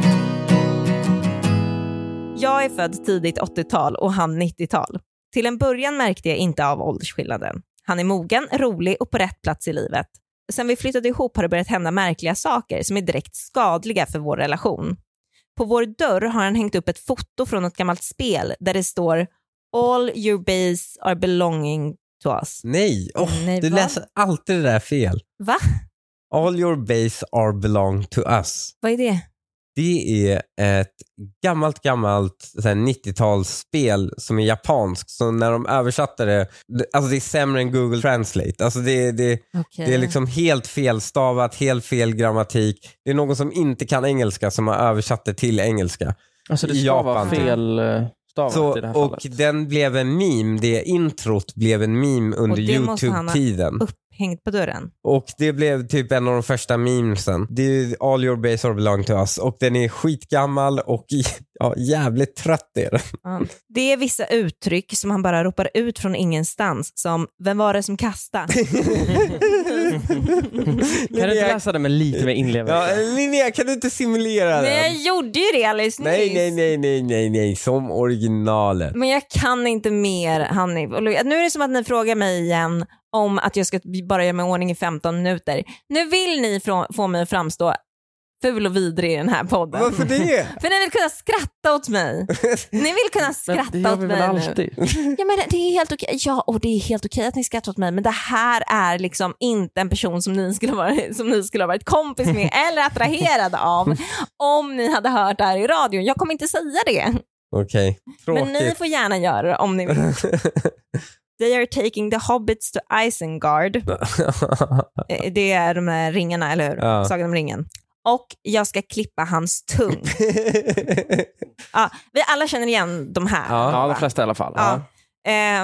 Jag är född tidigt åttiotal och han nittiotal. Till en början märkte jag inte av åldersskillnaden. Han är mogen, rolig och på rätt plats i livet. Sen vi flyttade ihop har det börjat hända märkliga saker som är direkt skadliga för vår relation. På vår dörr har han hängt upp ett foto från ett gammalt spel där det står "All your base are belonging to us". Nej, oh, Nej, du va? läser alltid det där fel. Va? All your base are belong to us. Vad är det? Det är ett gammalt, gammalt så här nittiotalsspel som är japanskt. Så när de översatte det, alltså det är sämre än Google Translate. Alltså det, det, Okay. det är liksom helt felstavat, helt fel grammatik. Det är någon som inte kan engelska som har översatt det till engelska. Alltså det I ska vara Japan. fel eh, stavat Så, i det här och fallet. den blev en meme, det introt blev en meme under det måste han ha YouTube-tiden. Upphängt på dörren. Och det blev typ en av de första memesen. Det är ju All your base are belong to us. Och den är skitgammal och i, Ja, jävligt trött är det. Ja. Det är vissa uttryck som han bara ropar ut från ingenstans, som vem var det som kastade? Kan du inte läsa det med lite mer inlevelse? Ja, Linnea, kan du inte simulera Nej, den? jag gjorde ju det alldeles nyss. Nej, nej, nej, nej, nej, nej, som originalet. Men jag kan inte mer, Hanif. Nu är det som att ni frågar mig igen om att jag ska bara göra mig ordning i femton minuter. Nu vill ni frå- få mig att framstå ful och vidrig i den här podden. Varför det? För ni vill kunna skratta åt mig. Ni vill kunna skratta det gör åt vi mig väl nu. alltid. Ja, men det är helt okej. Ja, och det är helt okej att ni skrattar åt mig, men det här är liksom inte en person som ni skulle vara som ni skulle ha varit kompis med eller attraherad av om ni hade hört det här i radion. Jag kommer inte säga det. Okej, tråkigt. Men ni får gärna göra det om ni vill. They are taking the hobbits to Isengard. Eh, Det är de här ringarna, eller hur? Ja. Sagan om ringen. Och jag ska klippa hans tung. Ja, vi alla känner igen de här. Ja. Ja, de va? flesta i alla fall. Ja. Ja. Eh,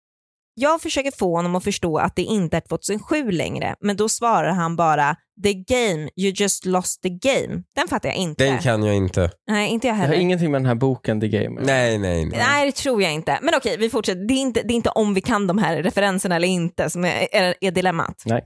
jag försöker få honom att förstå att det inte är tjugohundrasju längre, men då svarar han bara the game, you just lost the game. Den fattar jag inte. Den kan jag inte. Nej, inte jag Det har heller. ingenting med den här boken The Game. Nej, nej, nej. Nej, det tror jag inte. Men okej, vi fortsätter. Det är inte, det är inte om vi kan de här referenserna eller inte som är, är, är dilemmat. Nej.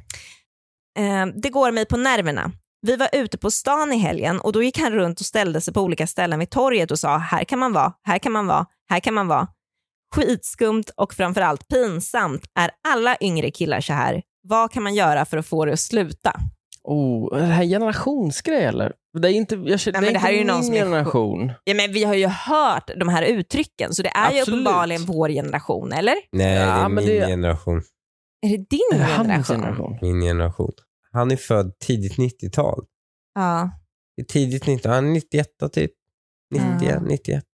Eh, det går mig på nerverna. Vi var ute på stan i helgen och då gick han runt och ställde sig på olika ställen vid torget och sa här kan man vara, här kan man vara, här kan man vara. Skitskumt och framförallt pinsamt. Är alla yngre killar så här? Vad kan man göra för att få det att sluta? Oh, det här generationsgrej eller? Det är inte, jag känner, Nej, men det det här är ju inte någon min som är- generation. Ja, men vi har ju hört de här uttrycken, så det är ju Absolut. uppenbarligen vår generation, eller? Nej, det är Ja, men min det- generation. Är det din Är det hans generation? generation? Min generation. Han är född tidigt nittiotal. Ja, Det är tidigt nittiotal. Han är nittioett typ. nittio, Ja. nittioett.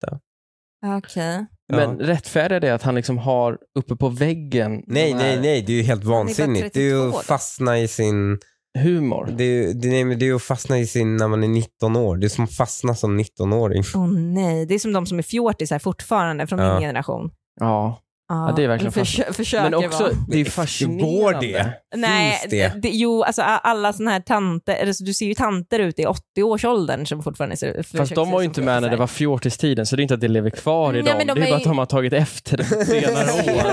okej. Men rättfärdiga det att han liksom har uppe på väggen Nej, den här nej, nej. Det är ju helt bara vansinnigt. Det är ju trettiotvå då. att fastna i sin... humor. Det är, ju- det, nej, men det är ju att fastna i sin när man är nitton år. Det är som att fastna som nittonåring. Åh nej, det är som de som är fjortisar fortfarande från Ja. min generation. Ja, ja, det är verkligen försö- försöker men också vara. det är Går fascinerande. det? Nej, Finns det? det, jo, alltså alla såna här tanter, eller, du ser ju tanter ute i åttio-årsåldern som fortfarande ser. Fast de var ju inte med när det var fjortistiden, så det är inte att det lever kvar i Nej, dem. men de det är är bara ju- att de har tagit efter det på senare år.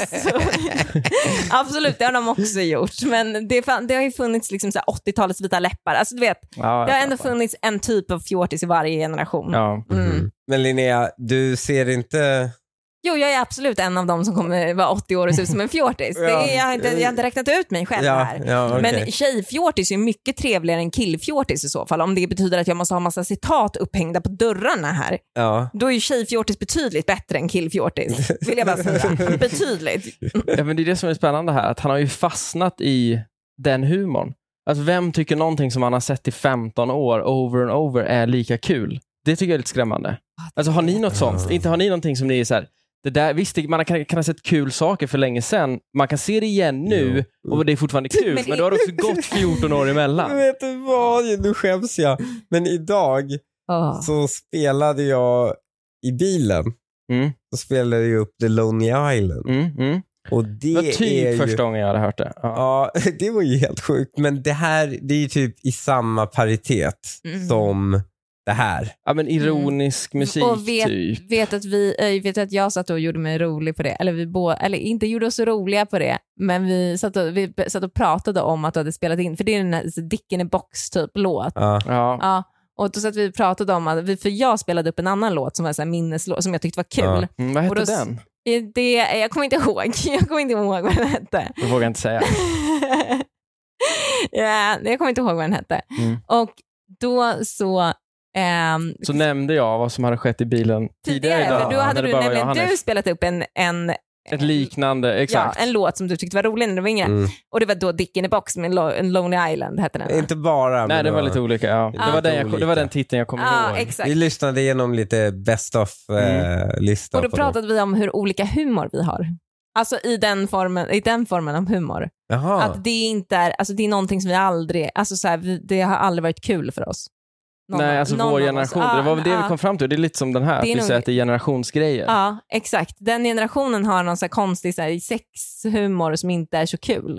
Absolut. Absolut, det har de också gjort. Men det, fan, det har ju funnits liksom så här åttiotalets vita läppar. Alltså du vet, Ja, det har jag ändå fattar. funnits en typ av fjortis i varje generation. Ja. Mm. Men Linnea, du ser inte... Jo, jag är absolut en av dem som kommer vara åttio år och se ut som en fjortis. Det är, jag, har inte, jag har inte räknat ut mig själv Ja, här. ja, okej. Men tjejfjortis är ju mycket trevligare än killfjortis i så fall. Om det betyder att jag måste ha massa citat upphängda på dörrarna här. Ja. Då är ju tjejfjortis betydligt bättre än killfjortis. Vill jag bara säga. Betydligt. Ja, men det är det som är spännande här, att han har ju fastnat i den humorn. Alltså vem tycker någonting som han har sett i femton år over and over är lika kul? Det tycker jag är lite skrämmande. Alltså har ni något sånt? Inte har ni någonting som ni är så här, det där, visst, det- man kan, kan ha sett kul saker för länge sedan. Man kan se det igen nu Jo. och det är fortfarande kul. Men det- Men då har det också gått fjorton år emellan. Vet du vad? Nu skäms jag. Men idag Oh. så spelade jag i bilen. Mm, Så spelade jag upp The Lonely Island. mm, mm. Och Det det var är typ ju... första gången jag hade hört det. Ja. Ja, det var ju helt sjukt. Men det här, det är ju typ i samma paritet Mm. som det här. Ja, men ironisk musik Och vet, typ. vet att vi äh, vet att jag satt och gjorde mig rolig på det, eller vi båda, eller inte gjorde oss så roliga på det, men vi satt och, vi satt och pratade om att du hade spelat in, för det är den här Dick in a box typ låt. Ja. Ja. Ja, och då satt vi och pratade om att vi, för jag spelade upp en annan låt som var så här minneslåt som jag tyckte var kul. Ja. Mm, vad Och hette då- den? Det, jag kommer inte ihåg. Jag kommer inte ihåg vad den hette. Det vågar jag inte säga. Ja, jag kommer inte ihåg vad den hette. Mm. Och då så ehm, Så nämnde jag vad som hade skett i bilen tidigare, tidigare, idag. för då hade när det du bara var jag och nämligen Hannes. du spelat upp en, en Ett liknande, exakt. Ja, en låt som du tyckte var rolig när du var yngre. Mm. Och det var då Dick in a box med en, lo- en Lonely Island hette den. va? Inte bara. Nej, men det var lite olika. Ja. Ja. Det, var den Lite jag, det olika. var den titeln jag kommer Ja, ihåg. exakt. Vi lyssnade igenom lite best of-lista. Och då pratade vi om hur olika humor vi har. Alltså i den formen, i den formen av humor. Jaha. Att det inte är, alltså det är någonting som vi aldrig, alltså så här, vi, det har aldrig varit kul för oss. Någon Nej, av- alltså någon vår av oss. generation. Ja, det var väl det ja. vi kom fram till. Det är lite som den här. Det är Att vi nog- säger att det är generationsgrejer. Ja, exakt. Den generationen har någon så här konstig så här, sexhumor som inte är så kul.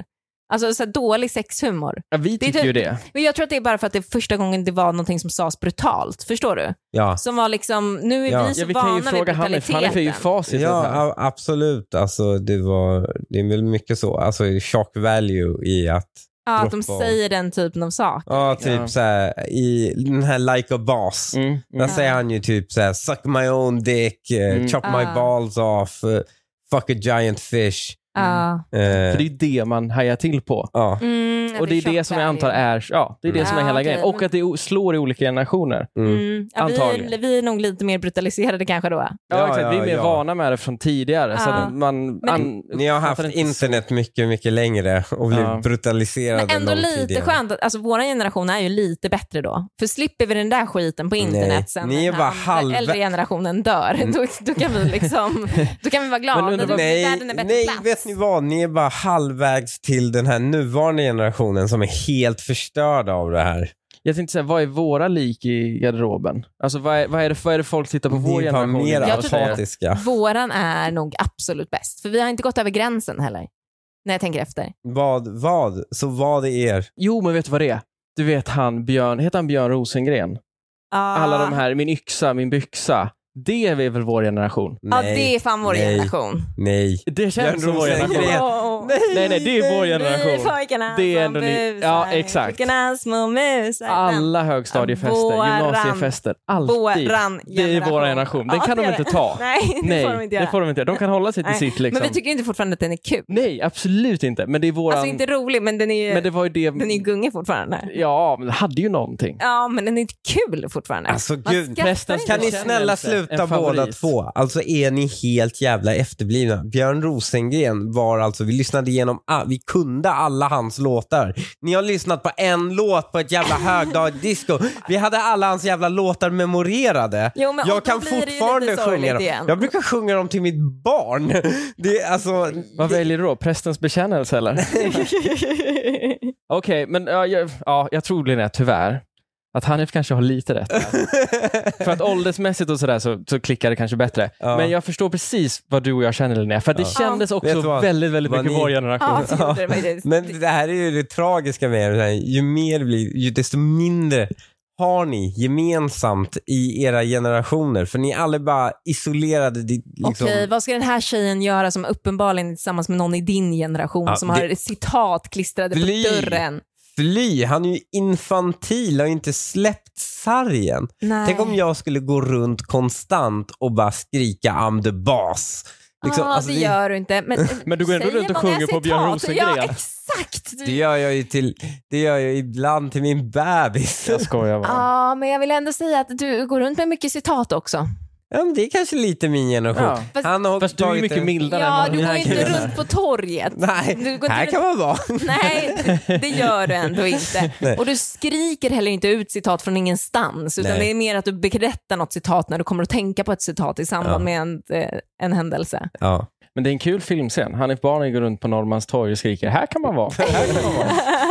Alltså så här, dålig sexhumor. Ja, vi Det är tycker ju typ- det. Men jag tror att det är bara för att det är första gången det var någonting som sades brutalt. Förstår du? Ja. Som var liksom, nu är Ja. vi så Ja, vi vana kan ju vid fråga Hanif. brutaliteten. Hanif är ju facit. Ja, här. a- absolut. Alltså, det, var, det är väl mycket så. Alltså shock value i att Ja, att de droppa- säger den typen av saker. Ja, typ Ja. så här, i den här Like a Boss. Mm, Där mm. säger han ju typ så här, suck my own dick, eh, Mm. chop my Ah. balls off, eh, fuck a giant fish. Ja. Eh, För det är ju det man hajar till på. ja. Mm, Och det är det som jag antar är, ja, det är det som är Ja, hela okej, grejen. Och men- att det o- slår i olika generationer. Mm. Mm. Ja, vi, är, Antagligen. vi är nog lite mer brutaliserade kanske då. Ja, Ja, exakt. Vi är ja, mer ja. vana med det från tidigare. Så Ja. att man, Men- an, Ni har haft fattar inte internet mycket, mycket längre och blivit Ja. brutaliserade Men ändå långt lite tidigare. skönt att alltså, vår generation är ju lite bättre då. För slipper vi den där skiten på internet Nej, sen ni är den bara här halva- äldre generationen dör, Mm. då, då kan vi liksom då kan vi vara glada. Men undrar Men vad- Nej, världen är bättre nej plats. vet ni vad? Ni är bara halvvägs till den här nuvarande generationen som är helt förstörda av det här. Jag tänkte säga, vad är våra lik i garderoben? Alltså vad är, vad är, det, vad är det folk tittar på Ni vår är bara generation? mer Jag tror- apatiska. Våran är nog absolut bäst. För vi har inte gått över gränsen heller. När jag tänker efter. Vad, vad? Så vad är er? Jo, men vet du vad det är? Du vet han Björn, heter han Björn Rosengren? Alla de här, min yxa, min byxa. Det är väl vår generation. Ja, det är fan vår nej, generation. Nej. Det Björn känns som vår Rosengren. generation. Åh. Nej, nej, det är vår Vi generation. pojkarna Det är som ändå ni- busar, ja, exakt. Pojkarna små musar. Alla högstadiefester, Våran- gymnasiefester, alltid. Våran Det är generation. vår generation. Den Ja, kan det de är inte det. ta. Nej, det Nej, får de inte göra. det får de inte göra. De kan hålla sig till Nej. sitt liksom. Men vi tycker inte fortfarande att den är kul. Nej, absolut inte. Men det är våran... Alltså inte rolig, men den är ju, Men det var ju det... den är ju gungig fortfarande. Ja, men det hade ju någonting. Ja, men den är inte kul fortfarande. Alltså Man gud, skrattar prästens inte kan ni åt den. snälla bekännelse, sluta en favorit. båda två? Alltså är ni helt jävla efterblivna. Björn Rosengren var alltså, vi lyssnade igenom, all, vi kunde alla hans låtar. Ni har lyssnat på en låt på ett jävla högdagsdisco. Vi hade alla hans jävla låtar memorerade. Jo, men och jag då kan blir det ju fortfarande lite sorgligt sjunga dem. igen. Jag brukar sjunga dem till mitt barn. Det är alltså... Vad väljer du då? Prästens bekännelse eller? Okej, men ja, jag, ja, jag tror det är tyvärr. Att Hanif kanske har lite rätt här. För att åldersmässigt och sådär så, så klickar det kanske bättre. Ja. Men jag förstår precis vad du och jag känner, Linnea. För att det Ja. kändes Vet också du vad? väldigt, väldigt Vad mycket ni- vår generation. Ja, det gjorde det faktiskt. Men det här är ju det tragiska med det här. Ju mer det blir, ju desto mindre har ni gemensamt i era generationer. För ni är alla bara isolerade. det- Liksom. Okej, vad ska den här tjejen göra som uppenbarligen är tillsammans med någon i din generation Ja, som det- har ett citat klistrade Fly. på dörren? Fly, han är ju infantil och har inte släppt sargen. Nej. Tänk om jag skulle gå runt konstant och bara skrika I'm the boss. Liksom, Ja, alltså, det gör du inte. Men, Men du går ändå säger runt och många sjunger på Björn citat. Rosengren. Ja, exakt. det gör jag ju till, det gör jag ibland till min bebis. Jag skojar bara. Ja, men jag vill ändå säga att du går runt med mycket citat också. Ja, men det är kanske lite min generation. Ja. Fast- Han har Fast du är ju tagit mycket en- mildare Ja, än du vad går den ju här inte killen är. runt på torget. Nej, Du går här inte kan man vara. Nej, det- det gör du ändå inte. Nej. Och du skriker heller inte ut citat från ingenstans, utan Nej. det är mer att du bekräftar något citat när du kommer att tänka på ett citat i samband Ja. med en, eh, en händelse. Ja. Men det är en kul filmscen. Hanif Bali går runt på Norrmalmstorg och skriker, här kan man vara. Här kan man vara.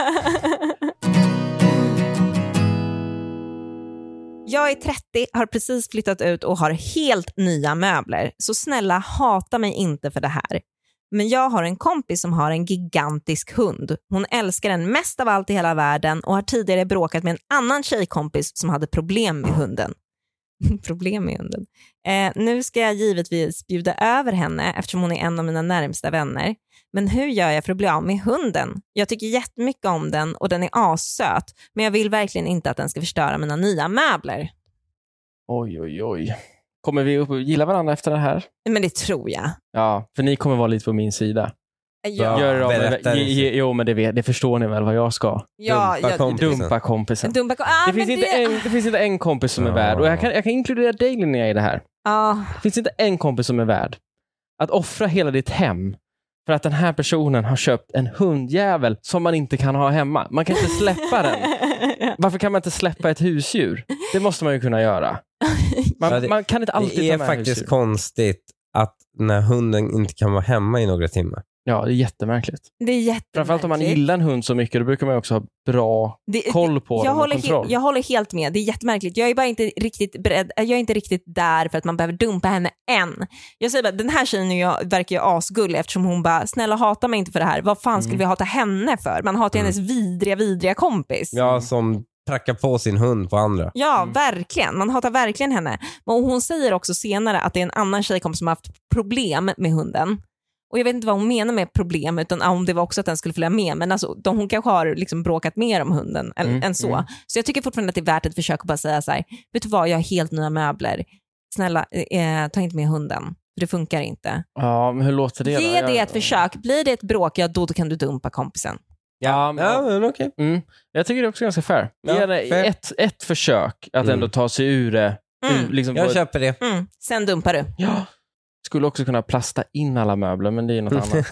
Jag är trettio, har precis flyttat ut och har helt nya möbler. Så snälla, hata mig inte för det här. Men jag har en kompis som har en gigantisk hund. Hon älskar den mest av allt i hela världen och har tidigare bråkat med en annan tjejkompis som hade problem med hunden. problem med hunden. Eh, nu ska jag givetvis bjuda över henne eftersom hon är en av mina närmsta vänner. Men hur gör jag för att bli av med hunden? Jag tycker jättemycket om den och den är assöt. Men jag vill verkligen inte att den ska förstöra mina nya möbler. Oj, oj, oj. Kommer vi upp och gilla varandra efter det här? Men det tror jag. Ja, för ni kommer vara lite på min sida. Ja, Gör er av med, berätta ge, det. ge, jo, men det, vet, det förstår ni väl vad jag ska. ja, Dumpa ja, kompisen. Dumpa kompisen. Dumpa kom- ah, Det finns, men inte det... en, det finns inte en kompis som är Ja. värd. Och jag kan, jag kan inkludera dig, Linnea, i det här. Ah, Det finns inte en kompis som är värd att offra hela ditt hem för att den här personen har köpt en hundjävel som man inte kan ha hemma. Man kan inte släppa den. Varför kan man inte släppa ett husdjur? Det måste man ju kunna göra. Man, Ja, det- man kan inte alltid Det ta är med faktiskt husdjur. konstigt att när hunden inte kan vara hemma i några timmar. Ja, det är jättemärkligt. Det är jättemärkligt. Framförallt om man gillar en hund så mycket, då brukar man ju också ha bra det, koll på jag dem och håller kontroll. He- jag håller helt med. Det är jättemärkligt. Jag är bara inte riktigt beredd. Jag är inte riktigt där för att man behöver dumpa henne än. Jag säger bara, den här tjejen jag, verkar ju asgullig eftersom hon bara, snälla hata mig inte för det här. Vad fan skulle mm. vi hata henne för? Man hatar mm. hennes vidriga, vidriga kompis. Ja, som prackar på sin hund på andra. Ja, mm. verkligen. Man hatar verkligen henne. Och hon säger också senare att det är en annan tjejkompis som har haft problem med hunden. Och jag vet inte vad hon menar med problem, utan om det var också att den skulle följa med. Men alltså, de, hon kanske har liksom bråkat mer om hunden än, mm, än så. Mm. Så jag tycker fortfarande att det är värt ett försök att bara säga så här, vet du vad, jag har helt nya möbler. Snälla, eh, ta inte med hunden. För det funkar inte. Ja, men hur låter det? Ge då? det jag... ett försök. Blir det ett bråk, ja då kan du dumpa kompisen. Ja, men, ja, men okej. Mm. Jag tycker det är också ganska fair. Ja, fair. Ett, ett försök att mm. ändå ta sig ur det. Mm. Ur, liksom jag ett... köper det. Mm. Sen dumpar du. Ja. Skulle också kunna plasta in alla möbler, men det är något annat.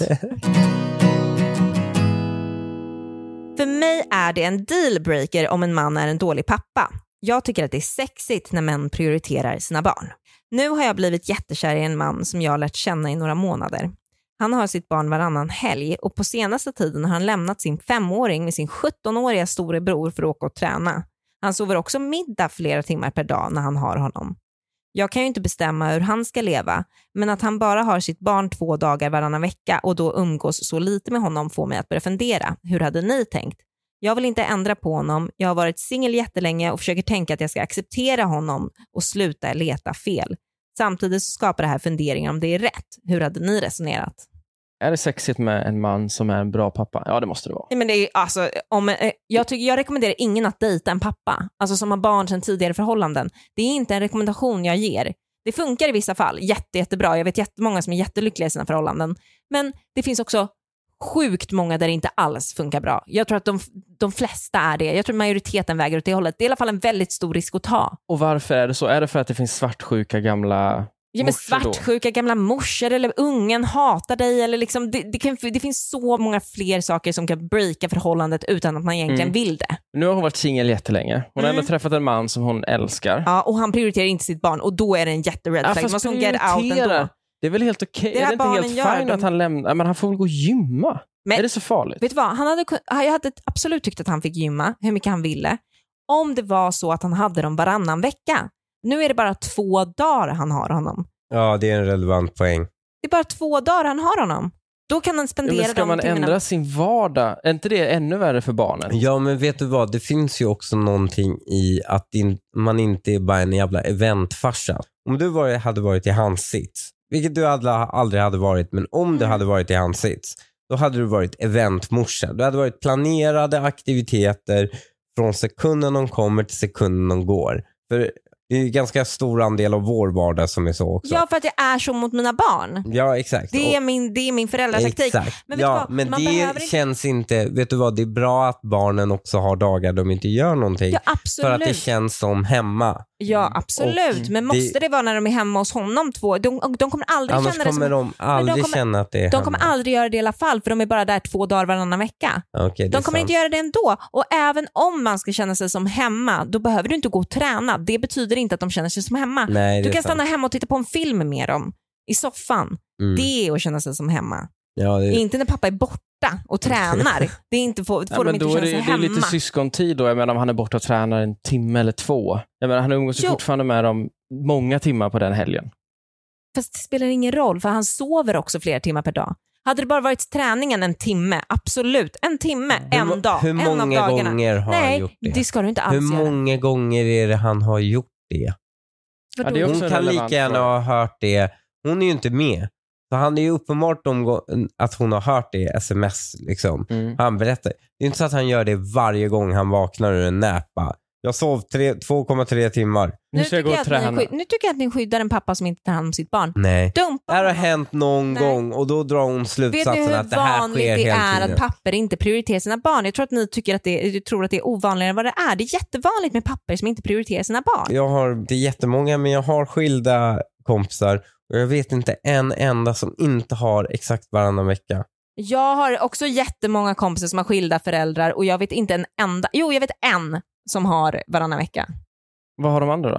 För mig är det en dealbreaker om en man är en dålig pappa. Jag tycker att det är sexigt när män prioriterar sina barn. Nu har jag blivit jättekär i en man som jag har lärt känna i några månader. Han har sitt barn varannan helg och på senaste tiden har han lämnat sin femåring med sin sjuttonåriga storebror för att åka och träna. Han sover också middag flera timmar per dag när han har honom. Jag kan ju inte bestämma hur han ska leva, men att han bara har sitt barn två dagar varannan vecka och då umgås så lite med honom får mig att börja fundera. Hur hade ni tänkt? Jag vill inte ändra på honom. Jag har varit singel jättelänge och försöker tänka att jag ska acceptera honom och sluta leta fel. Samtidigt så skapar det här funderingar om det är rätt. Hur hade ni resonerat? Är det sexigt med en man som är en bra pappa? Ja, det måste det vara. Nej, men det är, alltså, om, jag, tycker, jag rekommenderar ingen att dejta en pappa. Alltså som har barn sedan tidigare förhållanden. Det är inte en rekommendation jag ger. Det funkar i vissa fall. Jätte, jättebra. Jag vet jättemånga som är jättelyckliga i sina förhållanden. Men det finns också sjukt många där det inte alls funkar bra. Jag tror att de, de flesta är det. Jag tror att majoriteten väger åt det hållet. Det är i alla fall en väldigt stor risk att ta. Och varför är det så? Är det för att det finns svartsjuka gamla... Ja, men svartsjuka gamla morsor eller ungen hatar dig eller liksom, det, det, kan, det finns så många fler saker som kan breaka förhållandet utan att man egentligen mm. vill det. Nu har hon varit singel jättelänge. Hon har mm. ändå träffat en man som hon älskar. Ja, och han prioriterar inte sitt barn och då är det en jättered ja, flag. Man måste get out ändå. Det är väl helt okej. Okay. Är det inte helt fine de... att han lämnar? Men han får väl gå och gymma. Men, är det så farligt? Vet du vad? Han hade, jag hade absolut tyckt att han fick gymma hur mycket han ville. Om det var så att han hade dem varannan vecka. Nu är det bara två dagar han har honom. Ja, det är en relevant poäng. Det är bara två dagar han har honom. Då kan han spendera ja, men ska dem man ändra timmarna. sin vardag? Är inte det ännu värre för barnen? Ja, men vet du vad? Det finns ju också någonting i att in, man inte är bara en jävla eventfarsa. Om du var, hade varit i hans sits, vilket du aldrig, aldrig hade varit, men om du hade varit i hans sits, då hade du varit eventmorsa. Du hade varit planerade aktiviteter från sekunden de kommer till sekunden de går. För det är ju ganska stor andel av vår vardag som är så också. Ja, för att jag är så mot mina barn. Ja, exakt. Det är min, det är min föräldrataktik. Exakt. Men, ja, vad? men Man det känns inte... Vet du vad, det är bra att barnen också har dagar de inte gör någonting. Ja, absolut. För att det känns som hemma. Ja, absolut. Och men måste det... det vara när de är hemma hos honom två? De, de kommer aldrig Annars känna det kommer som... de aldrig de kommer, känna att det är De hemma. kommer aldrig göra det i alla fall, för de är bara där två dagar varannan vecka. Okay, de kommer sant. inte göra det ändå. Och även om man ska känna sig som hemma, då behöver du inte gå och träna. Det betyder inte att de känner sig som hemma. Nej, du kan sant. stanna hemma och titta på en film med dem i soffan. Mm. Det är att känna sig som hemma. Ja, det... Inte när pappa är borta och tränar. Det är inte får, får ja, de inte känna sig det, hemma. Det är lite syskontid då. Jag menar om han är borta och tränar en timme eller två. Jag menar han umgås ju fortfarande med dem många timmar på den helgen. Fast det spelar ingen roll, för han sover också flera timmar per dag. Hade det bara varit träningen en timme, absolut. En timme, hur, en dag, hur en av dagarna. Hur många gånger har Nej, han gjort det? det ska du inte alls Hur göra. många gånger är det han har gjort det? Ja, det är hon kan lika gärna ha hört det. Hon är ju inte med. Så han är ju uppenbart om att hon har hört det i sms. Liksom. Mm. Han berättar. Det är inte så att han gör det varje gång han vaknar ur en näpa. Jag sov två komma tre timmar. Nu, ska jag gå och träna. Sky- nu tycker jag att ni skyddar en pappa som inte tar hand om sitt barn. Nej. Dumpa det här har honom. hänt någon Nej. gång och då drar hon slutsatsen att det här sker det hela tiden. är att pappor inte prioriterar sina barn? Jag tror att ni tycker att det, du tror att det är ovanligare än vad det är. Det är jättevanligt med pappor som inte prioriterar sina barn. Jag har, det är jättemånga, men jag har skilda kompisar och jag vet inte en enda som inte har exakt varannan vecka. Jag har också jättemånga kompisar som har skilda föräldrar och jag vet inte en enda, jo jag vet en som har varannan vecka. Vad har de andra då?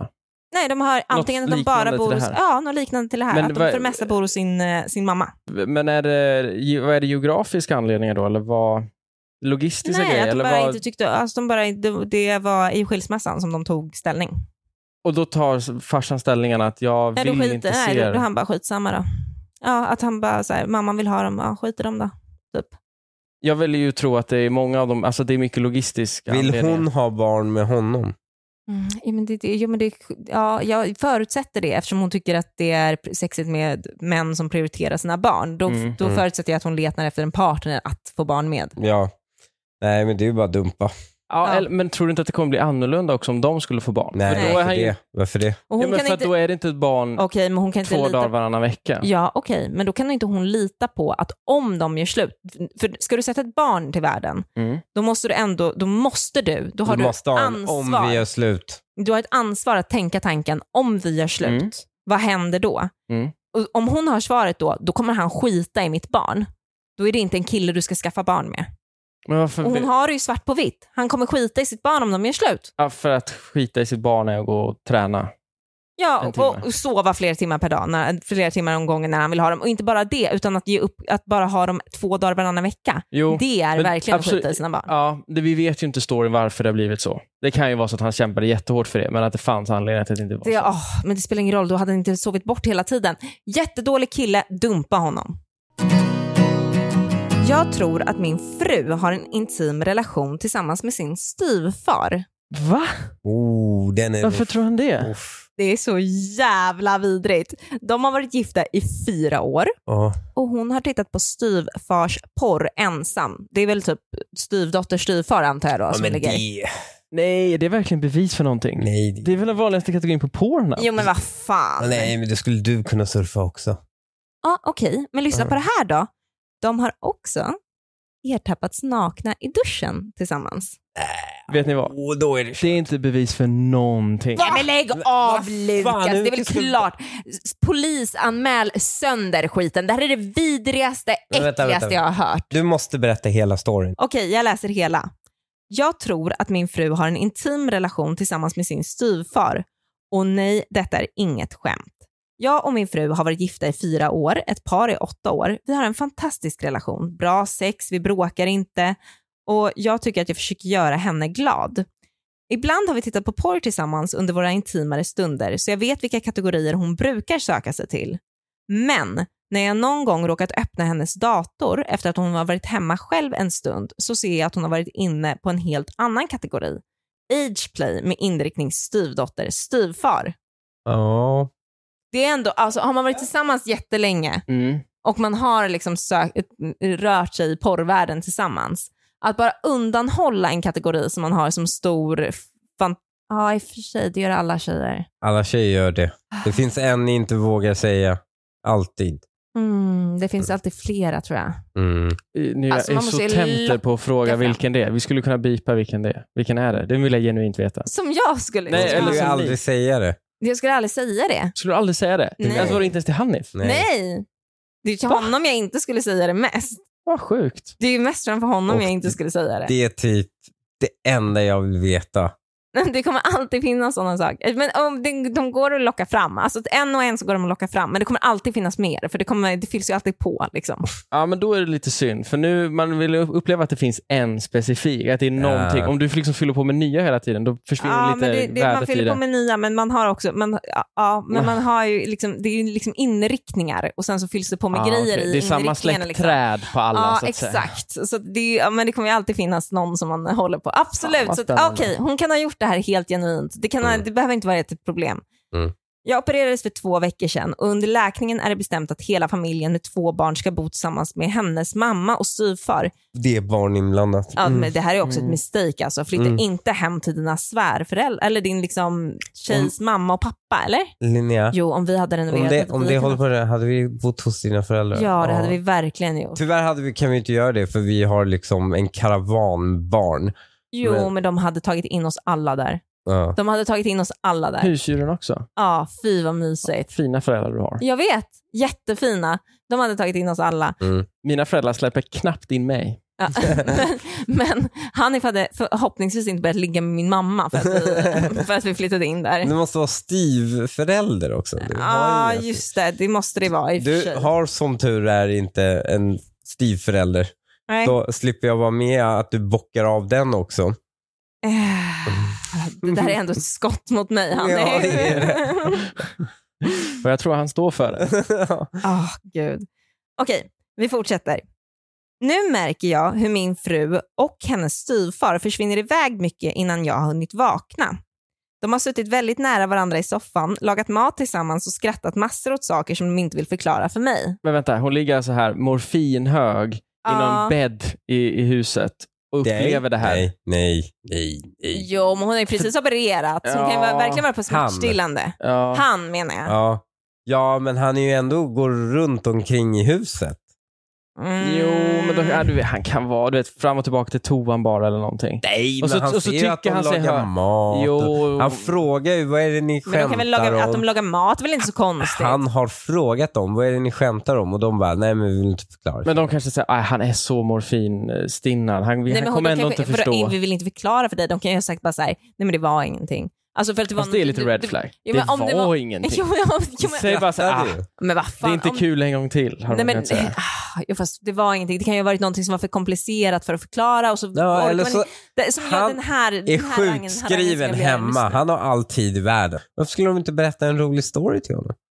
Nej, de har antingen att de bara bor hos, ja, något liknande till det här. Men att de vad- för det mesta bor hos sin, eh, sin mamma. Men är det, vad är det geografiska anledningar då? Eller vad? Logistiska Nej, grejer? att de Eller bara vad? inte tyckte, alltså de bara, det, det var i skilsmässan som de tog ställning. Och då tar farsan ställningen att jag Nej, vill då skiter, inte nej, se då, då det. han bara skitsamma då. Ja, att han bara så här, mamman vill ha dem, ja, skiter dem då. Typ. Jag vill ju tro att det är många av dem, alltså det är mycket logistiska Vill anledningar. hon ha barn med honom? Mm, ja, men det, det, ja, men det, ja, jag förutsätter det eftersom hon tycker att det är sexigt med män som prioriterar sina barn. Då, Mm, då mm. förutsätter jag att hon letar efter en partner att få barn med. Ja. Nej, men det är ju bara dumpa. Ja, Ja. Eller, men tror du inte att det kommer bli annorlunda också om de skulle få barn? Nej, För då är varför han ju, det? Varför det? Och hon ja, men kan för inte, att då är det inte ett barn okej, men hon kan inte två lita dagar varannan vecka. Ja, okej, men då kan inte hon lita på att om de gör slut, för ska du sätta ett barn till världen, Mm. då måste du ändå, då måste du, då har Du du, måste ha en ansvar. om vi gör slut. Du har ett ansvar att tänka tanken, om vi gör slut, Mm. vad händer då? Mm. Och om hon har svaret då, då kommer han skita i mitt barn. Då är det inte en kille du ska skaffa barn med. Men varför? Och hon har det ju svart på vitt. Han kommer skita i sitt barn om de gör slut. Ja, för att skita i sitt barn är att gå och träna. Ja, En timme. och, och sova flera timmar per dag, när, flera timmar om gången när han vill ha dem. Och inte bara det, utan att ge upp, att bara ha dem två dagar varannan vecka. Jo, Det är men verkligen absolut- att skita i sina barn. Ja, det, vi vet ju inte storyn varför det har blivit så. Det kan ju vara så att han kämpade jättehårt för det, men att det fanns anledning till att det inte var Det, så. åh, men det spelar ingen roll, då hade han inte sovit bort hela tiden. Jättedålig kille, dumpa honom. Jag tror att min fru har en intim relation tillsammans med sin styvfar. Va? Oh, den är... Varför tror han det? Uff. Det är så jävla vidrigt. De har varit gifta i fyra år Ja. och hon har tittat på styvfars porr ensam. Det är väl typ styvdotter, styvfar antar jag då. Ja, som men ligger. det... Nej, det är verkligen bevis för någonting. Nej, det... Det är väl den vanligaste kategorin på Pornhub? Jo men vad fan. Nej, men det skulle du kunna surfa också. Ja, okej. Men lyssna på det här då. De har också ertappats nakna i duschen tillsammans. Vet ni vad? Och då är det... Det är inte bevis för någonting. Ja, men lägg av vad Lukas, fan, det är väl hur ska- klart. Polisanmäl sönder skiten. Det här är det vidrigaste, Men äckligaste vänta, vänta. jag har hört. Du måste berätta hela storyn. Okej, jag läser hela. Jag tror att min fru har en intim relation tillsammans med sin styvfar. Och nej, detta är inget skämt. Jag och min fru har varit gifta i fyra år, ett par i åtta år. Vi har en fantastisk relation, bra sex, vi bråkar inte. Och jag tycker att jag försöker göra henne glad. Ibland har vi tittat på porr tillsammans under våra intimare stunder, så jag vet vilka kategorier hon brukar söka sig till. Men när jag någon gång råkat öppna hennes dator efter att hon har varit hemma själv en stund, så ser jag att hon har varit inne på en helt annan kategori. Ageplay med inriktning styvdotter, styvfar. Ja. Det är ändå, alltså har man varit tillsammans jättelänge Mm. och man har liksom sök, rört sig i porrvärlden tillsammans, att bara undanhålla en kategori som man har som stor fan... Ja, i och för sig, det gör alla tjejer. Alla tjejer gör det. Det finns en ni inte vågar säga. Alltid. Mm, det finns alltid flera tror jag. Mm. Nu Alltså, jag är man så måste ju tempter på att fråga fram. vilken det är. Vi skulle kunna bipa vilken det är. Vilken är det? Det vill jag genuint veta. Som jag skulle Nej, Jag eller skulle ju som aldrig ni. säga det. Jag skulle aldrig säga det. Skulle du aldrig säga det? Nej. Alltså var det inte ens till Hanif? Nej. Nej. Det är till honom jag inte skulle säga det mest. Vad sjukt. Det är ju mest för honom Och jag inte skulle säga det. Det är typ det enda jag vill veta. Det kommer alltid finnas sådana saker. Men om det, de går att locka fram. Alltså en och en så går de att locka fram. Men det kommer alltid finnas mer. För det, kommer, det fylls ju alltid på. Liksom. Ja, men då är det lite synd. För nu, man vill uppleva att det finns en specifik. Att det är någonting. Om du liksom fyller på med nya hela tiden, då försvinner Ja, lite men det, det, man värdet i fyller det. på med nya. Men man har också... Man, ja, ja, men man har ju liksom... Det är ju liksom inriktningar. Och sen så fylls det på med Ja, grejer okej. i Det är samma inriktningarna. släktträd på alla, Ja, så att säga. exakt. Så det är, ja, men det kommer ju alltid finnas någon som man håller på. Ja, Absolut. vad Så att, spännande. okej, hon kan ha gjort det här helt genuint. Det, kan ha, Mm. det behöver inte vara ett problem. Mm. Jag opererades för två veckor sedan och under läkningen är det bestämt att hela familjen med två barn ska bo tillsammans med hennes mamma och styvfar. Det är barn inblandat. Ja, Mm. men det här är också Mm. ett mistake. Alltså. Flytta Mm. inte hem till dina svärföräldrar eller din liksom, tjejs mamma och pappa, eller? Linnea, Jo, om vi hade renoverat. om det, hade om vi det kunnat- håller på det, hade vi bott hos dina föräldrar? Ja, det hade vi verkligen gjort. Tyvärr hade vi, kan vi inte göra det för vi har liksom en karavanbarn. Jo, men- men de hade tagit in oss alla där. Ja. De hade tagit in oss alla där. Husdjuren också. Ja, fy vad mysigt. Fina föräldrar du har. Jag vet, jättefina. De hade tagit in oss alla. Mm. Mina föräldrar släpper knappt in mig. Ja. men, men Hanif hade förhoppningsvis inte börjat ligga med min mamma för att vi, för att vi flyttade in där. Det måste vara styvförälder också. Ja, ah, just det. Det måste det vara i och för Du sig. har som tur är inte en styvförälder. Nej. Då slipper jag vara med att du bockar av den också. Eh, det där är ändå ett skott mot mig, Hanif. Ja, det är det. Och jag tror han står för det. Åh, oh, gud. Okej, vi fortsätter. Nu märker jag hur min fru och hennes styvfar försvinner iväg mycket innan jag har hunnit vakna. De har suttit väldigt nära varandra i soffan, lagat mat tillsammans och skrattat massor åt saker som de inte vill förklara för mig. Men vänta, hon ligger så här morfinhög i Ja. någon bädd i, i huset och upplever det här. Nej, nej, nej, nej. Jo, men hon har ju precis opererat. Så hon kan ju Ja. verkligen vara på smärtstillande. Ja. Han menar jag. Ja. ja, men han är ju ändå går runt omkring i huset. Mm. Jo, men då, ja, du vet, han kan vara du vet, fram och tillbaka till toan bara eller någonting. Nej, Och men så- han och så ser ju att tycker de han sig lagar hör- mat. Jo. Han frågar ju, vad är det ni Men de kan väl laga, skämtar att de om? lagar mat är väl inte så konstigt? Han har frågat dem, vad är det ni skämtar om? Och de bara, nej men vi vill inte förklara. Men de kanske säger att han är så morfinstinnad. Han, Nej, han men kommer hon- ändå de inte kanske- förstå. vadå, vi vill inte förklara för dig. De kan ju ha sagt bara så här, nej men det var ingenting. Alltså för att det var Fast det är lite du- red du- flag. Ja, det men om var, det var- ingenting. Jo, ja, jo, men, Säg bara så här, ah, Skrattar du? men vad det fan, är inte om- kul en gång till. Har Nej, de men, kunnat säga. ah, jo, fast det var ingenting. Det kan ju ha varit någonting som var för komplicerat för att förklara. Och så Ja, orkar eller man så, inte- det, som gör han den här, är den här rangen- den här sjukskriven rangen ska bli hemma. ännu Han har all tid i världen. Varför skulle de inte berätta en rolig story till honom?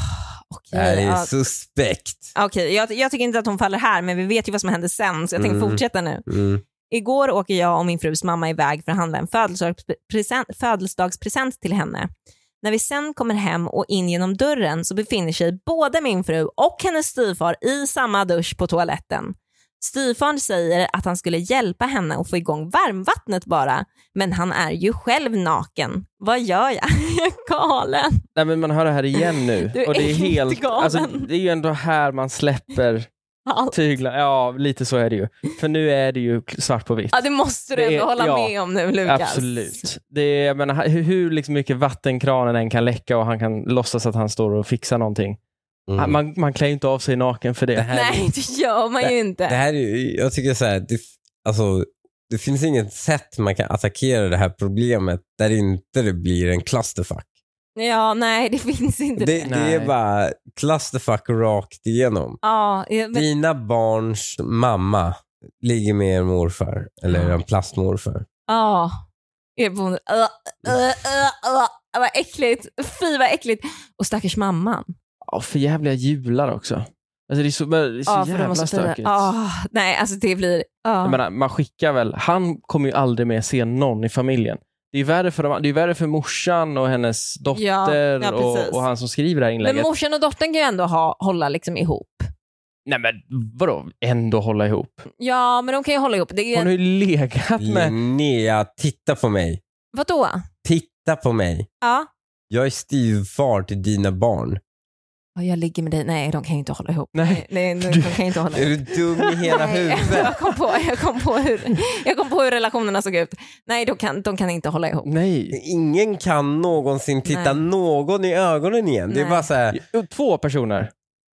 Det här Okej, är ja, suspekt. okej, jag, jag tycker inte att hon faller här, men vi vet ju vad som hände sen, så jag tänker Mm. fortsätta nu. Mm. Igår åker jag och min frus mamma iväg för att handla en födelsedagspresent, födelsedagspresent till henne. När vi sen kommer hem och in genom dörren så befinner sig både min fru och hennes styvfar i samma dusch på toaletten. Styvfaren säger att han skulle hjälpa henne att få igång varmvattnet bara, men han är ju själv naken. Vad gör jag? Jag är galen. Nej, men man hör det här igen nu. Du är och det är inte helt, galen. alltså, det är ju ändå här man släpper Allt. tyglar. Ja, lite så är det ju. För nu är det ju svart på vitt. Ja, det måste du Det är- ändå hålla ja, med om nu, Lukas. Absolut. Det är, jag menar, hur, hur liksom mycket vattenkranen än kan läcka och han kan låtsas att han står och fixar någonting. Mm. Man, man klär ju inte av sig naken för det. Det här, Nej, det gör man ju inte. det här är ju, jag tycker så här, det, alltså, det finns inget sätt man kan attackera det här problemet där inte det blir en clusterfuck. Ja, nej, det finns inte det. Det, det är Nej. bara clusterfuck rakt igenom. Ja, men, Dina barns mamma ligger med en morfar eller en plastmorfar. ja. Er bonde. Uh, uh, uh, uh, vad äckligt. Fy, vad äckligt. Och stackars mamman. Ja, för jävliga jular också. Alltså det är så, det är så Ja, för de jävla måste fira. stökigt. Ja, nej, alltså det blir... ja. Jag menar, man skickar väl, han kommer ju aldrig mer se någon i familjen. Det är värre för, de, det är värre för morsan och hennes dotter Ja, ja, precis. och, och han som skriver det här Men inlägget. morsan och dottern kan ju ändå ha, hålla liksom ihop. Nej men vadå, ändå hålla ihop? Ja, men de kan ju hålla ihop. Det är Hon har ju... ju legat med... Linnea, titta på mig. Vadå? Titta på mig. Ja. Jag är styvfar till dina barn. Ja, jag ligger med dig. Nej, de kan ju inte hålla ihop. Nej. Nej, de, de kan ju inte hålla Är ihop. du dum i hela Nej, huvudet? Jag kom, på, jag, kom på hur, jag kom på hur relationerna såg ut. Nej, de kan, de kan inte hålla ihop. Nej. Ingen kan någonsin titta Nej. någon i ögonen igen. Det är Nej. bara så här. Jo, två personer.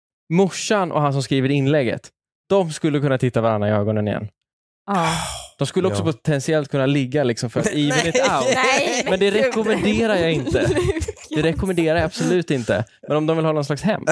Morsan och han som skriver inlägget. De skulle kunna titta varandra i ögonen igen. Ja. De skulle också Ja. potentiellt kunna ligga liksom för att even it out. Nej, Men det gud. rekommenderar jag inte. Det rekommenderar jag absolut inte. Men om de vill ha någon slags hem.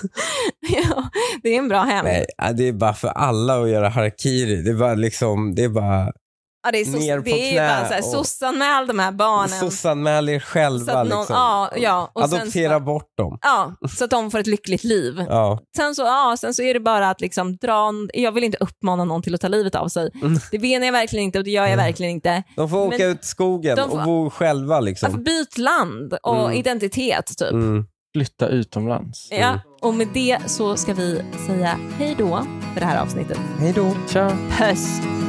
Ja, det är en bra hem. Nej, det är bara för alla att göra harakiri. Det är bara liksom, det är bara Ja, det är, så, ner på det är ju knä bara så här, och- sossanmäl de här barnen. sossanmäl er Så själva att någon, liksom. ja, ja, och sen Adoptera så, bort dem. ja, så att de får ett lyckligt liv. Ja. Sen så, ja, sen så är det bara att liksom dra en, jag vill inte uppmana någon till att ta livet av sig. Det menar jag verkligen inte och det gör jag verkligen inte. De får åka Men ut i skogen de får- och bo själva Alltså, liksom. byt land och Mm. identitet typ. Mm. Flytta utomlands. Ja, och med det så ska vi säga hej då för det här avsnittet. Hej då. Ciao. Puss!